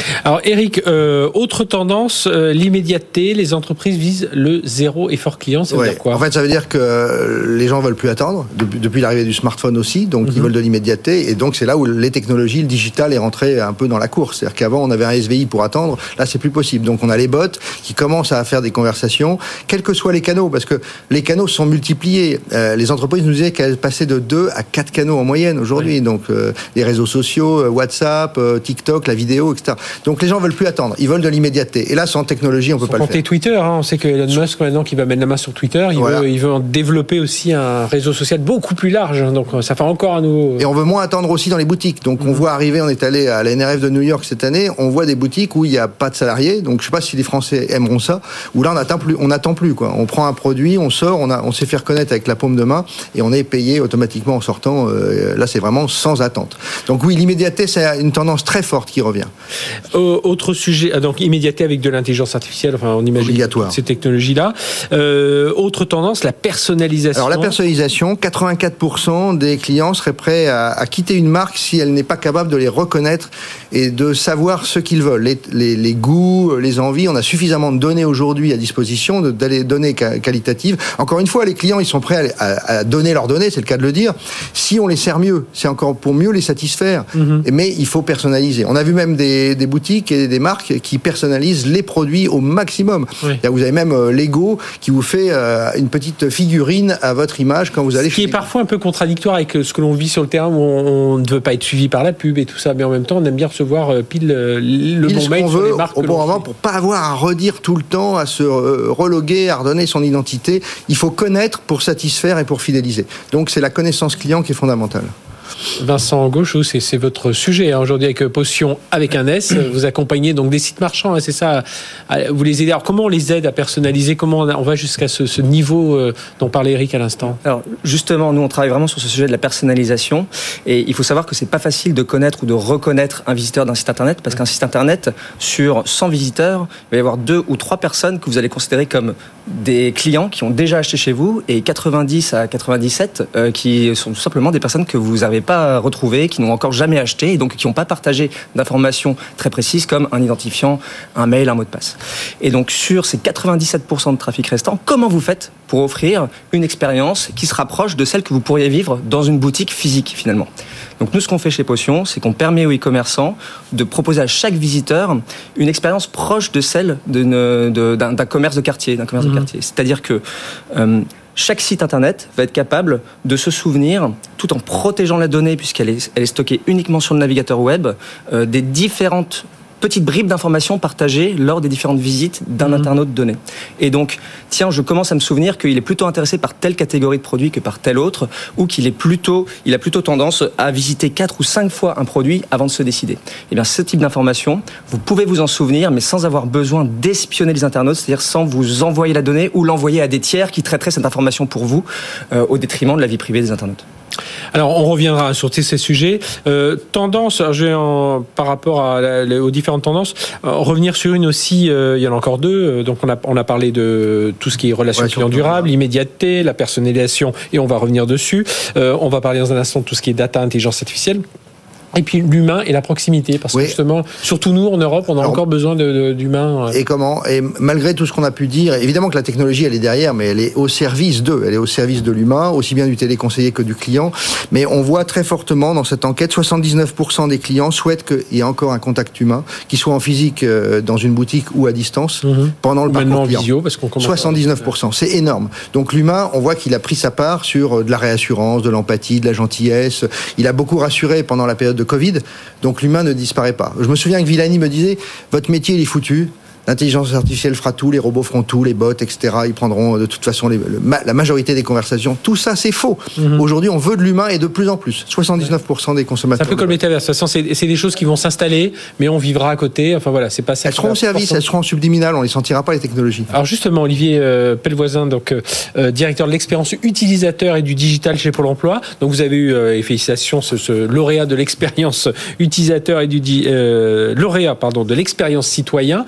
Alors Eric, euh, autre tendance, euh, l'immédiateté. Les entreprises visent le zéro effort client. Ça veut ouais. dire quoi ? En fait, ça veut dire que les gens veulent plus attendre depuis, depuis l'arrivée du smartphone aussi. Donc, mm-hmm. ils veulent de l'immédiateté. Et donc, c'est là où les technologies, le digital est rentré un peu dans la course. C'est-à-dire qu'avant, on avait un S V I pour attendre. Là, c'est plus possible. Donc, on a les bots qui commencent à faire des conversations, quels que soient les canaux, parce que les canaux sont multipliés. Euh, les entreprises nous disaient qu'elles passaient de deux à quatre canaux en moyenne aujourd'hui. Oui. Donc, euh, les réseaux sociaux, WhatsApp, euh, TikTok, la vidéo, et cetera. Donc, les gens veulent plus attendre. Ils veulent de l'immédiateté. Et là, sans technologie, on peut pas le faire. Twitter, hein, on sait que Elon Musk maintenant qui va mettre la main sur Twitter, il, voilà. veut, il veut en développer aussi un réseau social beaucoup plus large. Donc, ça fait encore un nouveau. Et on veut moins attendre aussi dans les boutiques. Donc, on mmh. voit arriver, on est allé à la N R F de New York cette année, on voit des boutiques où il n'y a pas de salariés. Donc, je sais pas si les Français aimeront ça. Où là, on n'attend plus. On n'attend plus, quoi. On prend un produit, on sort, on a, on s'est fait reconnaître avec la paume de main et on est payé automatiquement en sortant. Euh, là, c'est vraiment sans attente. Donc, oui, l'immédiateté, c'est une tendance très forte qui revient. Euh, autre sujet, donc immédiateté avec de l'intelligence artificielle. Enfin, on imagine obligatoire. Ces technologies-là. Euh, autre tendance, la personnalisation. Alors, la personnalisation, quatre-vingt-quatre pour cent des clients seraient prêts à, à quitter une marque si elle n'est pas capable de les reconnaître et de savoir ce qu'ils veulent, les, les, les goûts, les envies. On a suffisamment de données aujourd'hui à disposition, de, de données qualitatives. Encore une fois, les clients, ils sont prêts à, à, à donner leurs données, c'est le cas de le dire. Si on les sert mieux, c'est encore pour mieux les satisfaire. Mm-hmm. Mais il faut personnaliser. On a vu même des, des boutiques et des marques qui personnalisent les produits au maximum. Oui. Vous avez même euh, Lego qui vous fait euh, une petite figurine à votre image quand vous allez. Ce qui est parfois un peu contradictoire avec ce que l'on vit sur le terrain où on, on ne veut pas être suivi par la pub et tout ça, mais en même temps on aime bien recevoir euh, pile euh, le pile bon mail sur les marques au bon moment pour pas avoir à redire tout le temps, à se euh, reloguer, à redonner son identité. Il faut connaître pour satisfaire et pour fidéliser. Donc c'est la connaissance client qui est fondamentale. Vincent Gauchou, c'est, c'est votre sujet hein, aujourd'hui avec Potion avec un S. Vous accompagnez donc des sites marchands, hein, c'est ça. Vous les aidez. Alors comment on les aide à personnaliser ? Comment on va jusqu'à ce, ce niveau euh, dont parlait Eric à l'instant ? Alors justement, nous on travaille vraiment sur ce sujet de la personnalisation et il faut savoir que c'est pas facile de connaître ou de reconnaître un visiteur d'un site internet parce qu'un site internet sur cent visiteurs, il va y avoir deux ou trois personnes que vous allez considérer comme des clients qui ont déjà acheté chez vous et quatre-vingt-dix à quatre-vingt-dix-sept euh, qui sont tout simplement des personnes que vous avez pas retrouvés, qui n'ont encore jamais acheté et donc qui n'ont pas partagé d'informations très précises comme un identifiant, un mail, un mot de passe. Et donc sur ces quatre-vingt-dix-sept pour cent de trafic restant, comment vous faites pour offrir une expérience qui se rapproche de celle que vous pourriez vivre dans une boutique physique finalement ? Donc nous, ce qu'on fait chez Potion, c'est qu'on permet aux e-commerçants de proposer à chaque visiteur une expérience proche de celle d'une, de, d'un, d'un commerce de quartier, d'un commerce mmh. de quartier. C'est-à-dire que euh, chaque site internet va être capable de se souvenir, tout en protégeant la donnée, puisqu'elle est, elle est stockée uniquement sur le navigateur web, euh, des différentes petites bribes d'informations partagées lors des différentes visites d'un mmh. internaute donné. Et donc, tiens, je commence à me souvenir qu'il est plutôt intéressé par telle catégorie de produits que par telle autre, ou qu'il est plutôt, il a plutôt tendance à visiter quatre ou cinq fois un produit avant de se décider. Et bien, ce type d'informations, vous pouvez vous en souvenir, mais sans avoir besoin d'espionner les internautes, c'est-à-dire sans vous envoyer la donnée ou l'envoyer à des tiers qui traiteraient cette information pour vous, euh, au détriment de la vie privée des internautes. Alors, on reviendra sur ces sujets. Euh, tendance, je vais en, par rapport à la, aux différentes tendances, euh, revenir sur une aussi, euh, il y en a encore deux. Donc, on a, on a parlé de tout ce qui est relations ouais, clients durables, l'immédiateté, la personnalisation, et on va revenir dessus. Euh, on va parler dans un instant de tout ce qui est data, intelligence artificielle. Et puis l'humain et la proximité, parce oui. que justement, surtout nous en Europe, on a Alors, encore besoin de, de, d'humains. Et comment ? Et malgré tout ce qu'on a pu dire, évidemment que la technologie, elle est derrière, mais elle est au service d'eux, elle est au service de l'humain, aussi bien du téléconseiller que du client. Mais on voit très fortement dans cette enquête, soixante-dix-neuf pour cent des clients souhaitent qu'il y ait encore un contact humain, qu'il soit en physique dans une boutique ou à distance, mmh. pendant le parcours Maintenant client. En visio, parce qu'on commence soixante-dix-neuf pour cent, à... c'est énorme. Donc l'humain, on voit qu'il a pris sa part sur de la réassurance, de l'empathie, de la gentillesse. Il a beaucoup rassuré pendant la période de Covid. Donc l'humain ne disparaît pas. Je me souviens que Villani me disait, votre métier il est foutu, l'intelligence artificielle fera tout, les robots feront tout, les bots, et cetera. Ils prendront de toute façon les, le, la majorité des conversations. Tout ça, c'est faux. Mm-hmm. Aujourd'hui, on veut de l'humain et de plus en plus. soixante-dix-neuf pour cent des consommateurs. C'est un peu comme le métavers. De toute façon, c'est, c'est des choses qui vont s'installer, mais on vivra à côté. Enfin voilà, c'est pas ça. Elles seront au service, elles seront subliminales. On les sentira pas, les technologies. Alors justement, Olivier euh, Pellevoisin, donc euh, directeur de l'expérience utilisateur et du digital chez Pôle Emploi. Donc vous avez eu, euh, et félicitations, ce, ce lauréat de l'expérience utilisateur et du euh, lauréat, pardon, de l'expérience citoyen. Euh,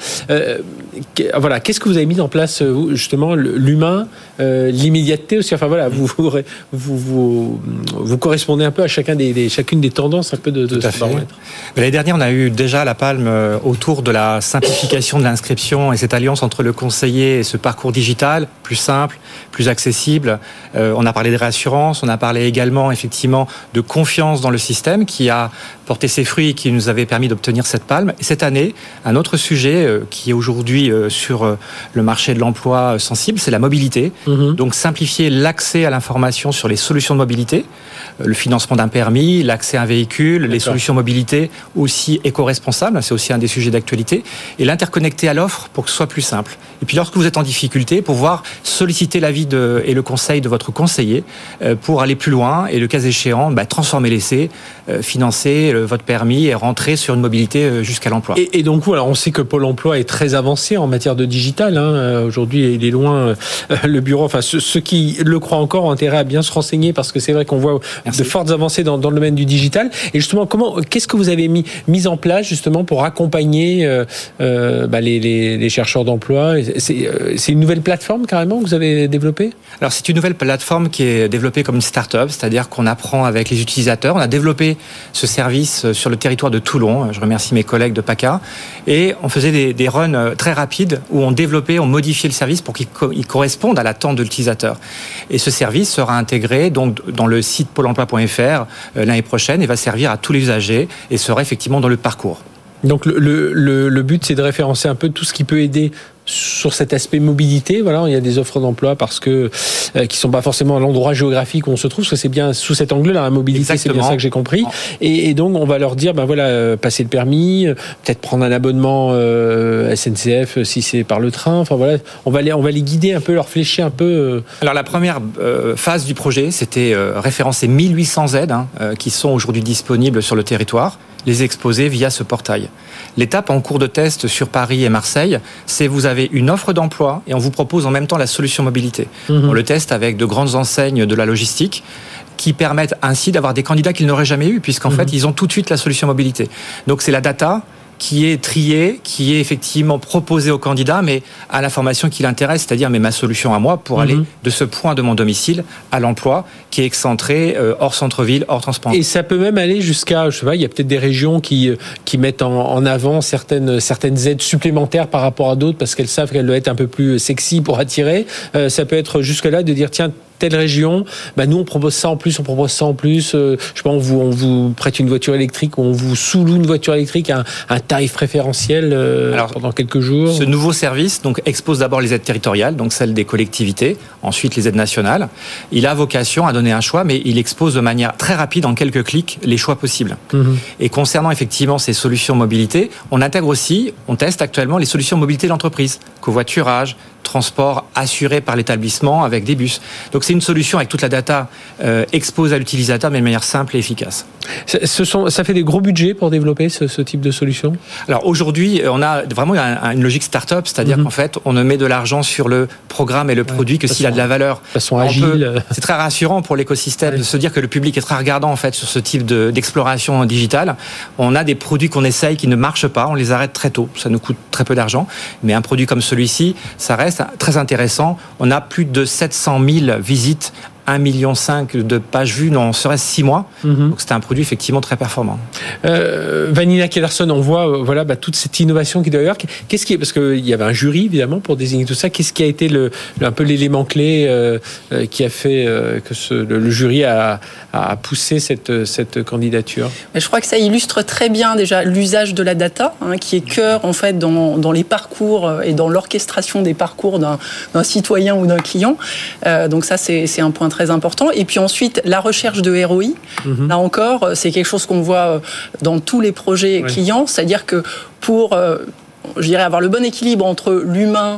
Euh, voilà, qu'est-ce que vous avez mis en place, justement, l'humain, euh, l'immédiateté aussi. Enfin voilà, vous vous, vous vous vous correspondez un peu à chacun des, des chacune des tendances un peu de, de ce baromètre. L'année dernière, on a eu déjà la palme autour de la simplification de l'inscription et cette alliance entre le conseiller et ce parcours digital plus simple, plus accessible. Euh, on a parlé de réassurance, on a parlé également effectivement de confiance dans le système qui a porté ses fruits et qui nous avait permis d'obtenir cette palme. Et cette année, un autre sujet euh, qui est aujourd'hui euh, sur euh, le marché de l'emploi euh, sensible, c'est la mobilité. Mmh. Donc simplifier l'accès à l'information sur les solutions de mobilité, euh, le financement d'un permis, l'accès à un véhicule, D'accord. les solutions mobilité aussi éco-responsables, c'est aussi un des sujets d'actualité, et l'interconnecter à l'offre pour que ce soit plus simple. Et puis lorsque vous êtes en difficulté, pouvoir solliciter l'avis de, et le conseil de votre conseiller euh, pour aller plus loin et le cas échéant, bah, transformer l'essai, euh, financer le, votre permis et rentrer sur une mobilité euh, jusqu'à l'emploi. Et, et donc, alors, on sait que Pôle emploi est très avancé en matière de digital. Hein. Aujourd'hui, il est loin, euh, le bureau, enfin ceux, ceux qui le croient encore ont intérêt à bien se renseigner parce que c'est vrai qu'on voit Merci. de fortes avancées dans, dans le domaine du digital. Et justement, comment, qu'est-ce que vous avez mis, mis en place justement pour accompagner euh, euh, bah, les, les, les chercheurs d'emploi? C'est, euh, c'est une nouvelle plateforme carrément que vous avez développée? Alors c'est une nouvelle plateforme qui est développée comme une start-up, c'est-à-dire qu'on apprend avec les utilisateurs. On a développé ce service sur le territoire de Toulon. Je remercie mes collègues de PACA. Et on faisait des, des runs très rapides où on développait, on modifiait le service pour qu'il co- il corresponde à l'attente de l'utilisateur. Et ce service sera intégré donc dans le site pôle emploi point f r euh, l'année prochaine et va servir à tous les usagers et sera effectivement dans le parcours. Donc le, le, le but, c'est de référencer un peu tout ce qui peut aider sur cet aspect mobilité. Voilà, il y a des offres d'emploi parce que euh, qui sont pas forcément à l'endroit géographique où on se trouve, parce que c'est bien sous cet angle-là, la mobilité. Exactement. C'est bien ça que j'ai compris. Et, et donc on va leur dire, ben voilà, euh, passer le permis, euh, peut-être prendre un abonnement euh, S N C F si c'est par le train. Enfin voilà, on va les on va les guider un peu, leur flécher un peu. Euh... Alors la première euh, phase du projet, c'était euh, référencer mille huit cents aides hein, euh, qui sont aujourd'hui disponibles sur le territoire, les exposer via ce portail. L'étape en cours de test sur Paris et Marseille, c'est vous avez une offre d'emploi et on vous propose en même temps la solution mobilité. Mmh. On le teste avec de grandes enseignes de la logistique qui permettent ainsi d'avoir des candidats qu'ils n'auraient jamais eu puisqu'en mmh. fait, ils ont tout de suite la solution mobilité. Donc c'est la data qui est triée, qui est effectivement proposée au candidat, mais à l'information qui l'intéresse, c'est-à-dire mais ma solution à moi pour mmh. aller de ce point de mon domicile à l'emploi, qui est excentré, euh, hors centre-ville, hors transport. Et ça peut même aller jusqu'à, je sais pas, il y a peut-être des régions qui qui mettent en, en avant certaines certaines aides supplémentaires par rapport à d'autres parce qu'elles savent qu'elles doivent être un peu plus sexy pour attirer. Euh, ça peut être jusque-là de dire tiens, telle région, bah nous on propose ça en plus, on propose ça en plus. Euh, je sais pas, on vous on vous prête une voiture électrique, ou on vous sous-loue une voiture électrique à un, un tarif préférentiel euh, Alors, pendant quelques jours. Ce nouveau service donc expose d'abord les aides territoriales, donc celles des collectivités, ensuite les aides nationales. Il a vocation à donner un choix, mais il expose de manière très rapide, en quelques clics, les choix possibles. Mmh. Et concernant effectivement ces solutions mobilité, on intègre aussi, on teste actuellement les solutions mobilité d'entreprise, covoiturage, transport assuré par l'établissement avec des bus. Donc c'est une solution avec toute la data euh, exposée à l'utilisateur, mais de manière simple et efficace. Ce sont, ça fait des gros budgets pour développer ce, ce type de solution? Alors aujourd'hui, on a vraiment une logique start-up, c'est-à-dire mm-hmm. qu'en fait, on ne met de l'argent sur le programme et le produit ouais, que s'il a de la valeur. De façon agile. Peut, c'est très rassurant pour l'écosystème ouais. de se dire que le public est très regardant en fait sur ce type de, d'exploration digitale. On a des produits qu'on essaye qui ne marchent pas, on les arrête très tôt, ça nous coûte très peu d'argent. Mais un produit comme celui-ci, ça reste très intéressant. On a plus de sept cent mille visites, un virgule cinq million de pages vues dans serait-ce six mois. Mm-hmm. Donc c'était un produit effectivement très performant. Euh, Vanina Kellerson, on voit euh, voilà bah, toute cette innovation qui doit y avoir. Qu'est-ce qui est, parce qu'il y avait un jury évidemment pour désigner tout ça. Qu'est-ce qui a été le, le un peu l'élément clé euh, euh, qui a fait euh, que ce, le, le jury a, a poussé cette cette candidature? Je crois que ça illustre très bien déjà l'usage de la data, hein, qui est cœur en fait dans dans les parcours et dans l'orchestration des parcours d'un, d'un citoyen ou d'un client. Euh, donc ça c'est c'est un point très très important. Et puis ensuite, la recherche de R O I. Mmh. Là encore, c'est quelque chose qu'on voit dans tous les projets ouais. clients. C'est-à-dire que pour, je dirais, avoir le bon équilibre entre l'humain,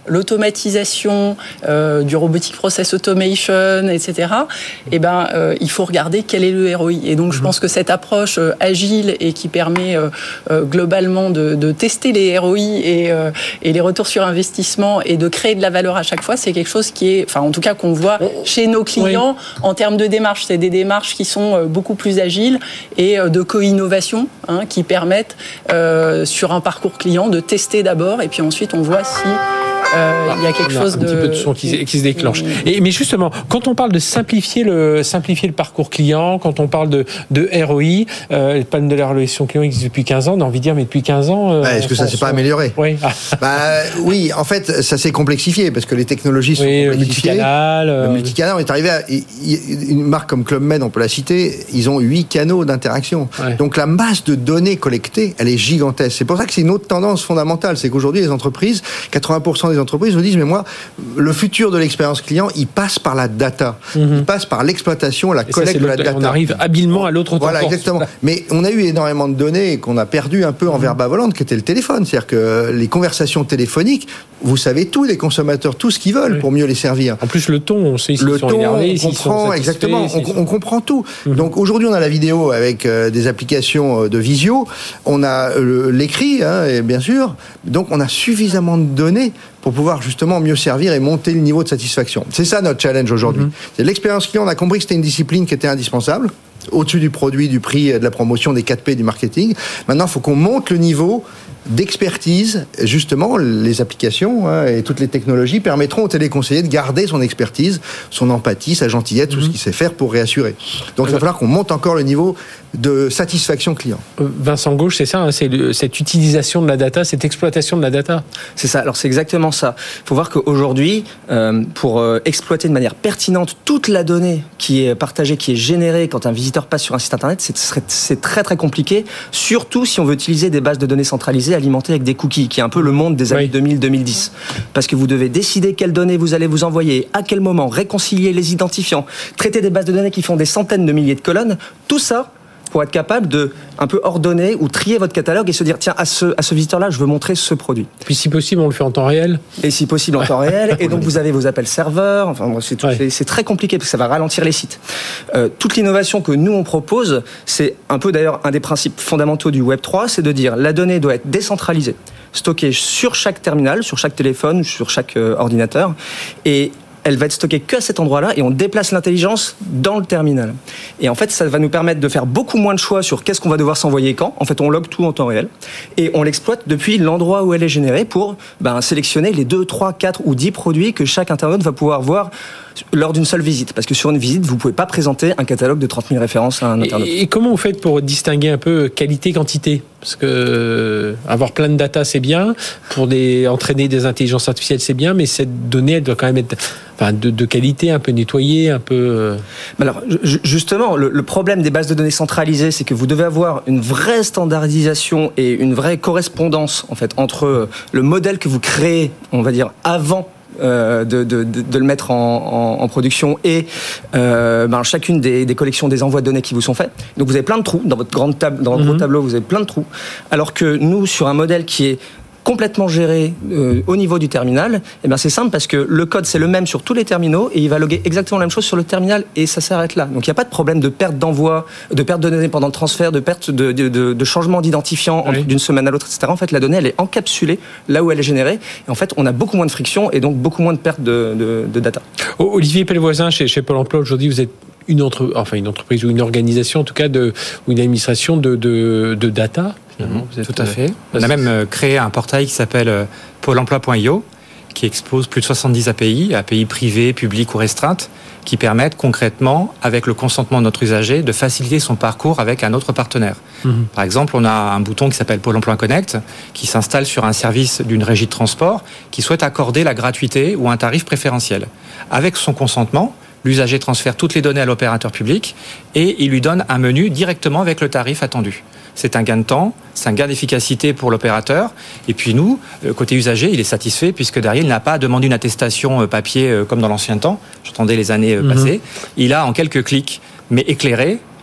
l'automatisation, euh, du robotic process automation, et cetera, eh ben, euh, il faut regarder quel est le R O I. Et donc, je pense que cette approche euh, agile et qui permet euh, euh, globalement de, de tester les R O I et, euh, et les retours sur investissement et de créer de la valeur à chaque fois, c'est quelque chose qui est, enfin, en tout cas, qu'on voit chez nos clients oui. en termes de démarches. C'est des démarches qui sont beaucoup plus agiles et de co-innovation, hein, qui permettent, euh, sur un parcours client, de tester d'abord et puis ensuite on voit si Euh, il y a quelque on a chose un de... petit peu de son qui, qui se déclenche. Et, mais justement, quand on parle de simplifier le, simplifier le parcours client, quand on parle de, de R O I, euh, le panel de la relation client existe depuis quinze ans, on a envie de dire, mais depuis quinze ans... Euh, bah, est-ce que ça ne s'est pas amélioré? Oui. bah, oui, en fait, ça s'est complexifié, parce que les technologies sont oui, complexifiées. Le multicanal. Euh... Le multicanal, on est arrivé à... Une marque comme Club Med, on peut la citer, ils ont huit canaux d'interaction. Ouais. Donc la masse de données collectées, elle est gigantesque. C'est pour ça que c'est une autre tendance fondamentale, c'est qu'aujourd'hui, les entreprises, quatre-vingts pour cent des entreprises nous disent, mais moi, le futur de l'expérience client, il passe par la data. Mm-hmm. Il passe par l'exploitation, la et collecte ça, de la data. On arrive habilement à l'autre Voilà, temps. Exactement. Mais on a eu énormément de données qu'on a perdues un peu en mm-hmm. verba volante, qui était le téléphone. C'est-à-dire que les conversations téléphoniques, vous savez tout, les consommateurs, tout ce qu'ils veulent oui. pour mieux les servir. En plus, le ton, on sait s'ils le sont ton, énervés, on comprend, exactement, on, on comprend tout. Mm-hmm. Donc aujourd'hui, on a la vidéo avec euh, des applications de visio, on a euh, l'écrit, hein, et bien sûr, donc on a suffisamment de données pour pouvoir justement mieux servir et monter le niveau de satisfaction. C'est ça notre challenge aujourd'hui. Mm-hmm. C'est l'expérience client, on a compris que c'était une discipline qui était indispensable, au-dessus du produit, du prix, de la promotion, des quatre P du marketing. Maintenant, il faut qu'on monte le niveau d'expertise. Justement, les applications hein, et toutes les technologies permettront au téléconseiller de garder son expertise, son empathie, sa gentillette, mmh. tout ce qu'il sait faire pour réassurer. Donc, il va falloir qu'on monte encore le niveau de satisfaction client. Vincent Gauche, c'est ça, hein, c'est le, cette utilisation de la data, cette exploitation de la data. C'est ça, alors c'est exactement ça. Il faut voir qu'aujourd'hui, euh, pour euh, exploiter de manière pertinente toute la donnée qui est partagée, qui est générée quand un visiteur passe sur un site internet, c'est, c'est très très compliqué, surtout si on veut utiliser des bases de données centralisées alimentées avec des cookies, qui est un peu le monde des années oui. deux mille à deux mille dix. Parce que vous devez décider quelles données vous allez vous envoyer, à quel moment, réconcilier les identifiants, traiter des bases de données qui font des centaines de milliers de colonnes, tout ça pour être capable de un peu ordonner ou trier votre catalogue et se dire tiens, à ce, à ce visiteur-là, je veux montrer ce produit. Puis si possible, on le fait en temps réel. Et si possible en temps réel. Et donc vous avez vos appels serveurs. Enfin, c'est, tout, ouais. c'est, c'est très compliqué parce que ça va ralentir les sites. Euh, toute l'innovation que nous on propose, c'est un peu d'ailleurs un des principes fondamentaux du Web trois, c'est de dire la donnée doit être décentralisée, stockée sur chaque terminal, sur chaque téléphone, sur chaque euh, ordinateur, et elle va être stockée qu'à cet endroit-là et on déplace l'intelligence dans le terminal. Et en fait, ça va nous permettre de faire beaucoup moins de choix sur qu'est-ce qu'on va devoir s'envoyer quand. En fait, on log tout en temps réel et on l'exploite depuis l'endroit où elle est générée pour ben, sélectionner les deux, trois, quatre ou dix produits que chaque internaute va pouvoir voir lors d'une seule visite. Parce que sur une visite, vous ne pouvez pas présenter un catalogue de trente mille références à un internaute. Et, et comment vous faites pour distinguer un peu qualité-quantité ? Parce que euh, avoir plein de data, c'est bien. Pour des, entraîner des intelligences artificielles, c'est bien. Mais cette donnée, elle doit quand même être enfin, de, de qualité, un peu nettoyée, un peu... Euh... Alors, justement, le, le problème des bases de données centralisées, c'est que vous devez avoir une vraie standardisation et une vraie correspondance, en fait, entre le modèle que vous créez, on va dire, avant Euh, de, de, de, de le mettre en, en, en production et euh, ben, chacune des, des collections des envois de données qui vous sont faits. Donc vous avez plein de trous dans votre grande table, dans votre mm-hmm. gros tableau, vous avez plein de trous. Alors que nous, sur un modèle qui est complètement géré euh, au niveau du terminal, eh ben c'est simple parce que le code c'est le même sur tous les terminaux et il va loguer exactement la même chose sur le terminal et ça s'arrête là. Donc il n'y a pas de problème de perte d'envoi, de perte de données pendant le transfert, de perte de, de, de, de changement d'identifiant oui. d'une semaine à l'autre, et cetera. En fait, la donnée elle est encapsulée là où elle est générée et en fait on a beaucoup moins de friction et donc beaucoup moins de perte de, de, de data. Olivier Pellevoisin, chez, chez Pôle Emploi, aujourd'hui vous êtes une, entre, enfin, une entreprise ou une organisation en tout cas de, ou une administration de, de, de data. Mmh, tout à fait. On a même créé un portail qui s'appelle pôle emploi point i o qui expose plus de soixante-dix A P I, A P I privées, publiques ou restreintes, qui permettent concrètement, avec le consentement de notre usager, de faciliter son parcours avec un autre partenaire. Mmh. Par exemple, on a un bouton qui s'appelle Pôle emploi Connect, qui s'installe sur un service d'une régie de transport qui souhaite accorder la gratuité ou un tarif préférentiel. Avec son consentement, l'usager transfère toutes les données à l'opérateur public et il lui donne un menu directement avec le tarif attendu. C'est un gain de temps, c'est un gain d'efficacité pour l'opérateur. Et puis nous, côté usager, il est satisfait puisque derrière, il n'a pas à demander une attestation papier comme dans l'ancien temps. J'entendais les années passées. Mmh. Il a en quelques clics, mais éclairé,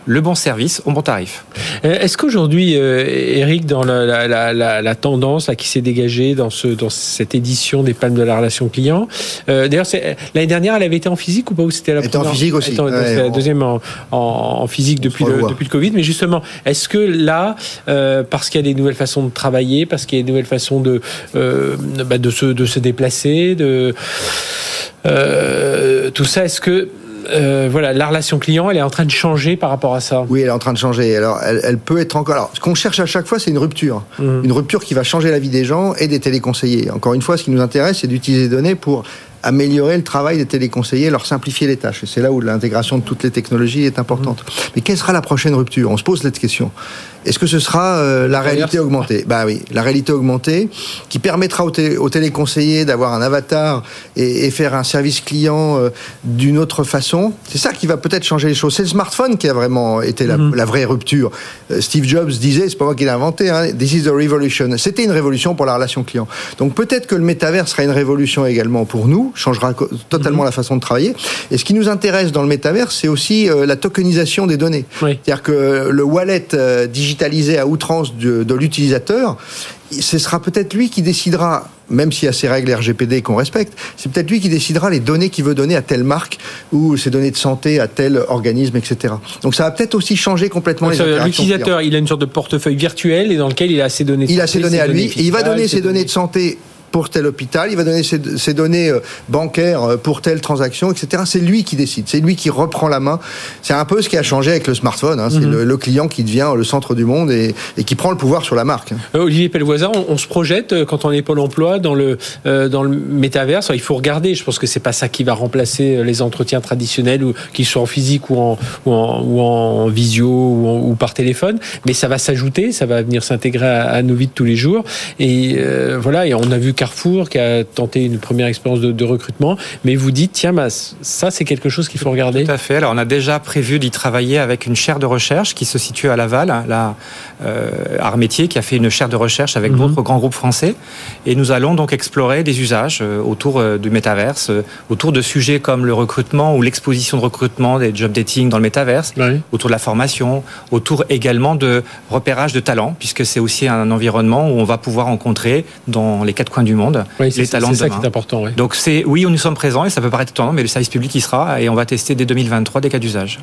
le bon service au bon tarif. Est-ce qu'aujourd'hui, euh, Eric, dans la, la, la, la, la tendance là, qui s'est dégagée dans, ce, dans cette édition des palmes de la relation client, euh, d'ailleurs, c'est, l'année dernière, elle avait été en physique ou pas, ou c'était la elle première? était en physique aussi. Était en, ouais, c'est la on, deuxième en, en, en physique depuis le, depuis le Covid. Mais justement, est-ce que là, euh, parce qu'il y a des nouvelles façons de travailler, parce qu'il y a des nouvelles façons de, euh, bah, de, se, de se déplacer, de, euh, tout ça, est-ce que Euh, voilà, la relation client, elle est en train de changer par rapport à ça. Oui, elle est en train de changer. Alors, elle, elle peut être encore. Alors, ce qu'on cherche à chaque fois, c'est une rupture, mmh. une rupture qui va changer la vie des gens et des téléconseillers. Encore une fois, ce qui nous intéresse, c'est d'utiliser les données pour améliorer le travail des téléconseillers, leur simplifier les tâches. Et c'est là où l'intégration de toutes les technologies est importante. Mmh. Mais quelle sera la prochaine rupture ? On se pose cette question. Est-ce que ce sera euh, la réalité augmentée ? Bah oui, la réalité augmentée qui permettra aux, télé- aux téléconseillers d'avoir un avatar et, et faire un service client euh, d'une autre façon. C'est ça qui va peut-être changer les choses. C'est le smartphone qui a vraiment été la, mmh. la vraie rupture. Euh, Steve Jobs disait, c'est pas moi qui l'ai inventé, hein, this is the revolution. C'était une révolution pour la relation client. Donc peut-être que le métavers sera une révolution également pour nous, changera co- totalement mmh. la façon de travailler. Et ce qui nous intéresse dans le métavers, c'est aussi euh, la tokenisation des données. Oui. C'est-à-dire que le wallet euh, digitalisé à outrance de, de l'utilisateur, ce sera peut-être lui qui décidera, même s'il y a ces règles R G P D qu'on respecte, c'est peut-être lui qui décidera les données qu'il veut donner à telle marque ou ses données de santé à tel organisme, et cetera. Donc ça va peut-être aussi changer complètement. Donc, les interactions. L'utilisateur, il a une sorte de portefeuille virtuel et dans lequel il a ses données de il santé. Il a ses données à lui, et il va donner ses données de santé pour tel hôpital, il va donner ses, ses données bancaires pour telle transaction, et cetera. C'est lui qui décide, c'est lui qui reprend la main. C'est un peu ce qui a changé avec le smartphone. Hein. C'est mm-hmm. le, le client qui devient le centre du monde et, et qui prend le pouvoir sur la marque. Euh, Olivier Pellevoisin, on, on se projette quand on est Pôle emploi dans le euh, dans le métaverse. Il faut regarder. Je pense que c'est pas ça qui va remplacer les entretiens traditionnels, ou qu'ils soient en physique ou en ou en, ou en visio ou, en, ou par téléphone. Mais ça va s'ajouter, ça va venir s'intégrer à, à nos vies de tous les jours. Et euh, voilà. Et on a vu Carrefour qui a tenté une première expérience de, de recrutement, mais vous dites tiens bah, ça c'est quelque chose qu'il faut regarder. Tout à fait. Alors on a déjà prévu d'y travailler avec une chaire de recherche qui se situe à Laval, la euh, Armétier qui a fait une chaire de recherche avec mmh. d'autres grands groupes français, et nous allons donc explorer des usages euh, autour euh, du métaverse, euh, autour de sujets comme le recrutement ou l'exposition de recrutement, des job dating dans le métaverse, oui. autour de la formation, autour également de repérage de talents, puisque c'est aussi un environnement où on va pouvoir rencontrer dans les quatre coins du monde oui, les talents de demain. C'est ça qui est important. Oui. Donc c'est, oui, nous sommes présents et ça peut paraître étonnant, mais le service public y sera et on va tester dès deux mille vingt-trois des cas d'usage.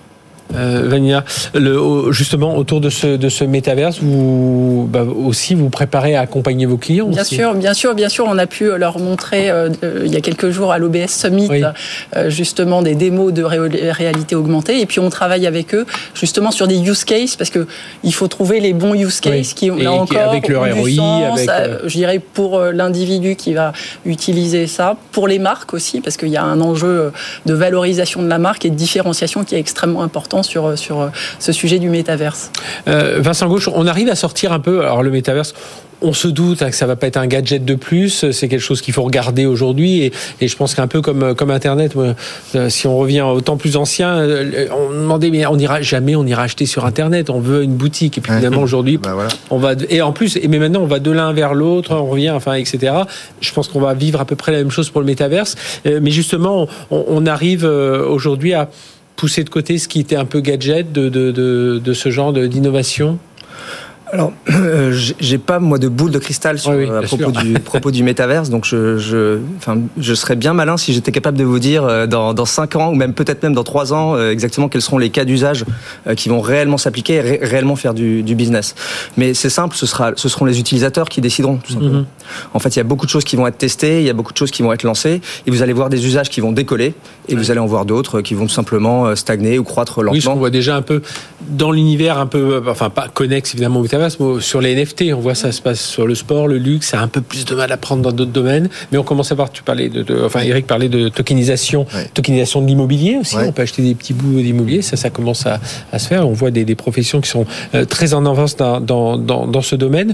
Euh, Vanina, le, justement autour de ce de ce métaverse, vous bah, aussi vous préparez à accompagner vos clients. Bien aussi. sûr, bien sûr, bien sûr. On a pu leur montrer euh, euh, il y a quelques jours à l'O B S Summit oui. euh, justement des démos de ré- réalité augmentée, et puis on travaille avec eux justement sur des use cases parce que il faut trouver les bons use cases oui. qui ont là encore avec le R O I, sens, avec, euh, je dirais pour l'individu qui va utiliser ça, pour les marques aussi parce qu'il y a un enjeu de valorisation de la marque et de différenciation qui est extrêmement important sur, sur ce sujet du métaverse. Euh, Vincent Gauche, on arrive à sortir un peu, alors le métaverse, on se doute hein, que ça va pas être un gadget de plus, c'est quelque chose qu'il faut regarder aujourd'hui, et, et je pense qu'un peu comme, comme Internet, moi, euh, si on revient au temps plus ancien, euh, on demandait mais on ira jamais on ira acheter sur Internet, on veut une boutique, et puis finalement aujourd'hui, bah voilà. on va, et en plus, et mais maintenant on va de l'un vers l'autre, on revient, enfin, et cetera. Je pense qu'on va vivre à peu près la même chose pour le métaverse, euh, mais justement, on, on arrive euh, aujourd'hui à pousser de côté ce qui était un peu gadget de, de, de, de ce genre de, d'innovation. Alors, euh, j'ai pas moi de boule de cristal sur, oui, oui, à propos du, propos du métaverse, donc je, je, enfin, je serais bien malin si j'étais capable de vous dire euh, dans, dans cinq ans ou même peut-être même dans trois ans euh, exactement quels seront les cas d'usage euh, qui vont réellement s'appliquer et ré- réellement faire du, du business. Mais c'est simple, ce sera, ce seront les utilisateurs qui décideront. Tout simplement. Mm-hmm. En fait, il y a beaucoup de choses qui vont être testées, il y a beaucoup de choses qui vont être lancées, et vous allez voir des usages qui vont décoller, et oui. vous allez en voir d'autres qui vont tout simplement stagner ou croître lentement. Oui, ce qu'on voit déjà un peu dans l'univers un peu, enfin pas connexe évidemment au métaverse. Sur les N F T, on voit ça se passe sur le sport, le luxe, ça a un peu plus de mal à prendre dans d'autres domaines, mais on commence à voir, tu parlais de, de enfin Eric parlait de tokenisation, ouais. tokenisation de l'immobilier aussi, ouais. on peut acheter des petits bouts d'immobilier, ça, ça commence à, à se faire, on voit des, des professions qui sont euh, très en avance dans, dans, dans, dans ce domaine.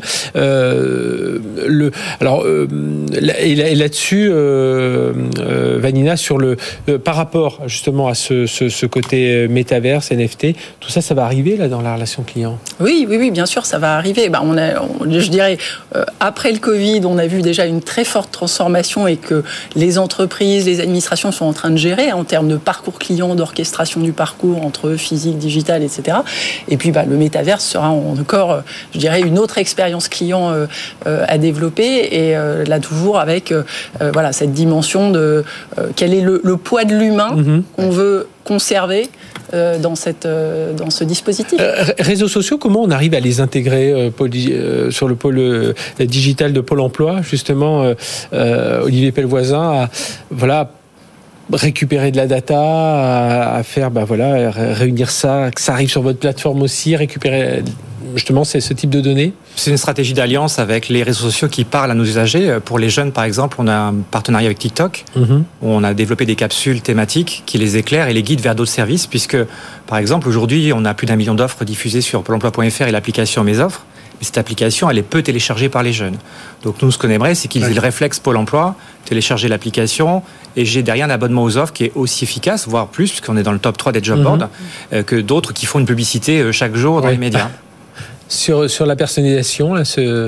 Euh, le, alors, euh, et, là, et là-dessus, euh, euh, Vanina, sur le, euh, par rapport justement à ce, ce, ce côté métaverse, N F T, tout ça, ça va arriver là dans la relation client. Oui, oui, oui, bien sûr, ça ça va arriver. Ben, on a, on, je dirais, euh, après le Covid, on a vu déjà une très forte transformation et que les entreprises, les administrations sont en train de gérer hein, en termes de parcours client, d'orchestration du parcours entre physique, digital, et cetera. Et puis, ben, le métaverse sera encore, je dirais, une autre expérience client euh, euh, à développer. Et euh, là, toujours avec euh, voilà, cette dimension de euh, quel est le, le poids de l'humain mm-hmm. qu'on veut conserver euh, dans, cette, euh, dans ce dispositif. Euh, réseaux sociaux, comment on arrive à les intégrer euh, pôle, euh, sur le pôle euh, digital de Pôle emploi? Justement, euh, euh, Olivier Pellevoisin a voilà, récupérer de la data, à, à faire bah, voilà, réunir ça, que ça arrive sur votre plateforme aussi, récupérer... Justement, c'est ce type de données? C'est une stratégie d'alliance avec les réseaux sociaux qui parlent à nos usagers. Pour les jeunes, par exemple, on a un partenariat avec TikTok, mmh. où on a développé des capsules thématiques qui les éclairent et les guident vers d'autres services, puisque, par exemple, aujourd'hui, on a plus d'un million d'offres diffusées sur pôle emploi point f r et l'application Mes offres. Mais cette application, elle est peu téléchargée par les jeunes. Donc nous, ce qu'on aimerait, c'est qu'ils aient le réflexe Pôle emploi, télécharger l'application, et j'ai derrière un abonnement aux offres qui est aussi efficace, voire plus, puisqu'on est dans le top trois des job boards, mmh. euh, que d'autres qui font une publicité chaque jour dans ouais. les médias. Sur, sur la personnalisation, là, ce,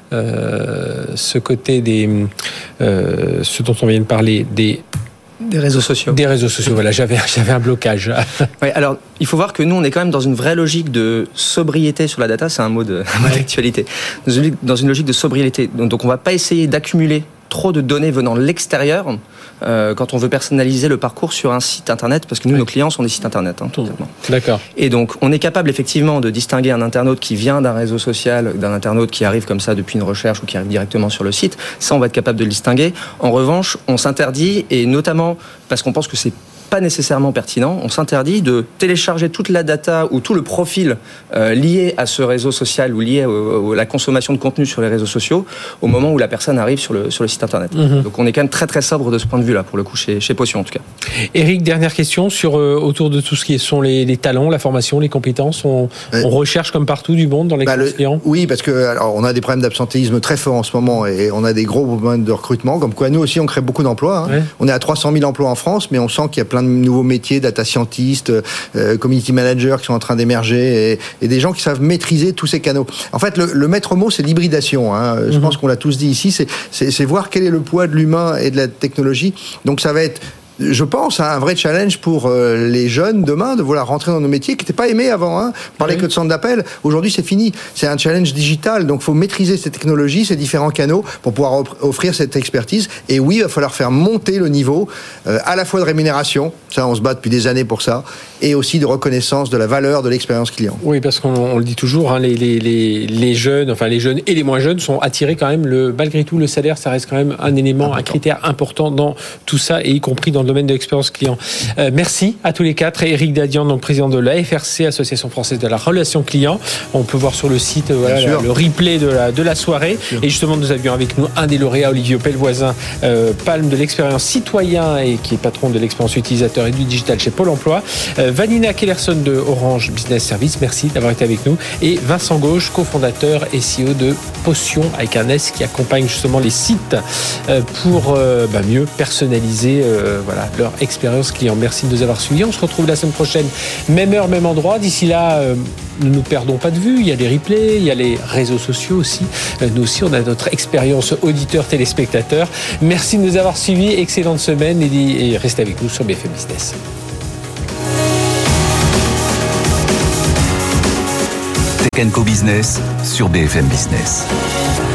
euh, ce côté des... Euh, ce dont on vient de parler, des... Des réseaux sociaux. Des réseaux sociaux, voilà, j'avais, j'avais un blocage. Oui, alors, il faut voir que nous, on est quand même dans une vraie logique de sobriété sur la data, c'est un mot de, ouais. d'actualité. Dans une, dans une logique de sobriété. Donc, donc on ne va pas essayer d'accumuler trop de données venant de l'extérieur euh, quand on veut personnaliser le parcours sur un site internet, parce que nous, oui. nos clients sont des sites internet. Hein, totalement. D'accord. Et donc, on est capable effectivement de distinguer un internaute qui vient d'un réseau social, d'un internaute qui arrive comme ça depuis une recherche ou qui arrive directement sur le site. Ça, on va être capable de le distinguer. En revanche, on s'interdit, et notamment parce qu'on pense que c'est pas nécessairement pertinent, on s'interdit de télécharger toute la data ou tout le profil euh, lié à ce réseau social ou lié au, à la consommation de contenu sur les réseaux sociaux au moment où la personne arrive sur le, sur le site internet. Mmh. Donc on est quand même très très sobre de ce point de vue-là, pour le coup, chez, chez Potion en tout cas. Éric, dernière question sur, euh, autour de tout ce qui sont les, les talents, la formation, les compétences. On, ouais. on recherche comme partout du monde dans les bah clients. Oui, parce que alors, on a des problèmes d'absentéisme très forts en ce moment et on a des gros problèmes de recrutement, comme quoi nous aussi on crée beaucoup d'emplois. Hein. Ouais. On est à trois cent mille emplois en France, mais on sent qu'il y a plein de nouveaux métiers, data scientists, euh, community managers qui sont en train d'émerger et, et des gens qui savent maîtriser tous ces canaux. En fait, le, le maître mot, c'est l'hybridation. Hein. Je mm-hmm. pense qu'on l'a tous dit ici, c'est, c'est, c'est voir quel est le poids de l'humain et de la technologie. Donc ça va être, je pense, un vrai challenge pour euh, les jeunes demain de vouloir rentrer dans nos métiers qui n'étaient pas aimés avant. Hein. On parlait oui. que de centre d'appel. Aujourd'hui, c'est fini. C'est un challenge digital. Donc, il faut maîtriser ces technologies, ces différents canaux pour pouvoir offrir cette expertise. Et oui, il va falloir faire monter le niveau euh, à la fois de rémunération. Ça, on se bat depuis des années pour ça. Et aussi de reconnaissance de la valeur de l'expérience client. Oui, parce qu'on on le dit toujours, hein, les, les, les, les jeunes, enfin les jeunes et les moins jeunes sont attirés quand même. Le, malgré tout, le salaire, ça reste quand même un élément, important. un critère important dans tout ça, et y compris dans le domaine de l'expérience client. Euh, merci à tous les quatre. Éric Dadian, donc président de l'A F R C, Association française de la relation client. On peut voir sur le site voilà, la, le replay de la, de la soirée. Et justement, nous avions avec nous un des lauréats, Olivier Pellevoisin, euh, palme de l'expérience citoyen et qui est patron de l'expérience utilisateur et du digital chez Pôle emploi. Euh, Vanina Kellerson de Orange Business Service, merci d'avoir été avec nous. Et Vincent Gauche, cofondateur et C E O de Potion avec un S, qui accompagne justement les sites euh, pour euh, bah, mieux personnaliser euh, voilà, leur expérience client. Merci de nous avoir suivis. On se retrouve la semaine prochaine, même heure, même endroit. D'ici là, euh, ne nous perdons pas de vue. Il y a les replays, il y a les réseaux sociaux aussi. Euh, nous aussi, on a notre expérience auditeur-téléspectateur. Merci de nous avoir suivis. Excellente semaine et, et restez avec nous sur B F M Business. Tech and Co Business sur B F M Business.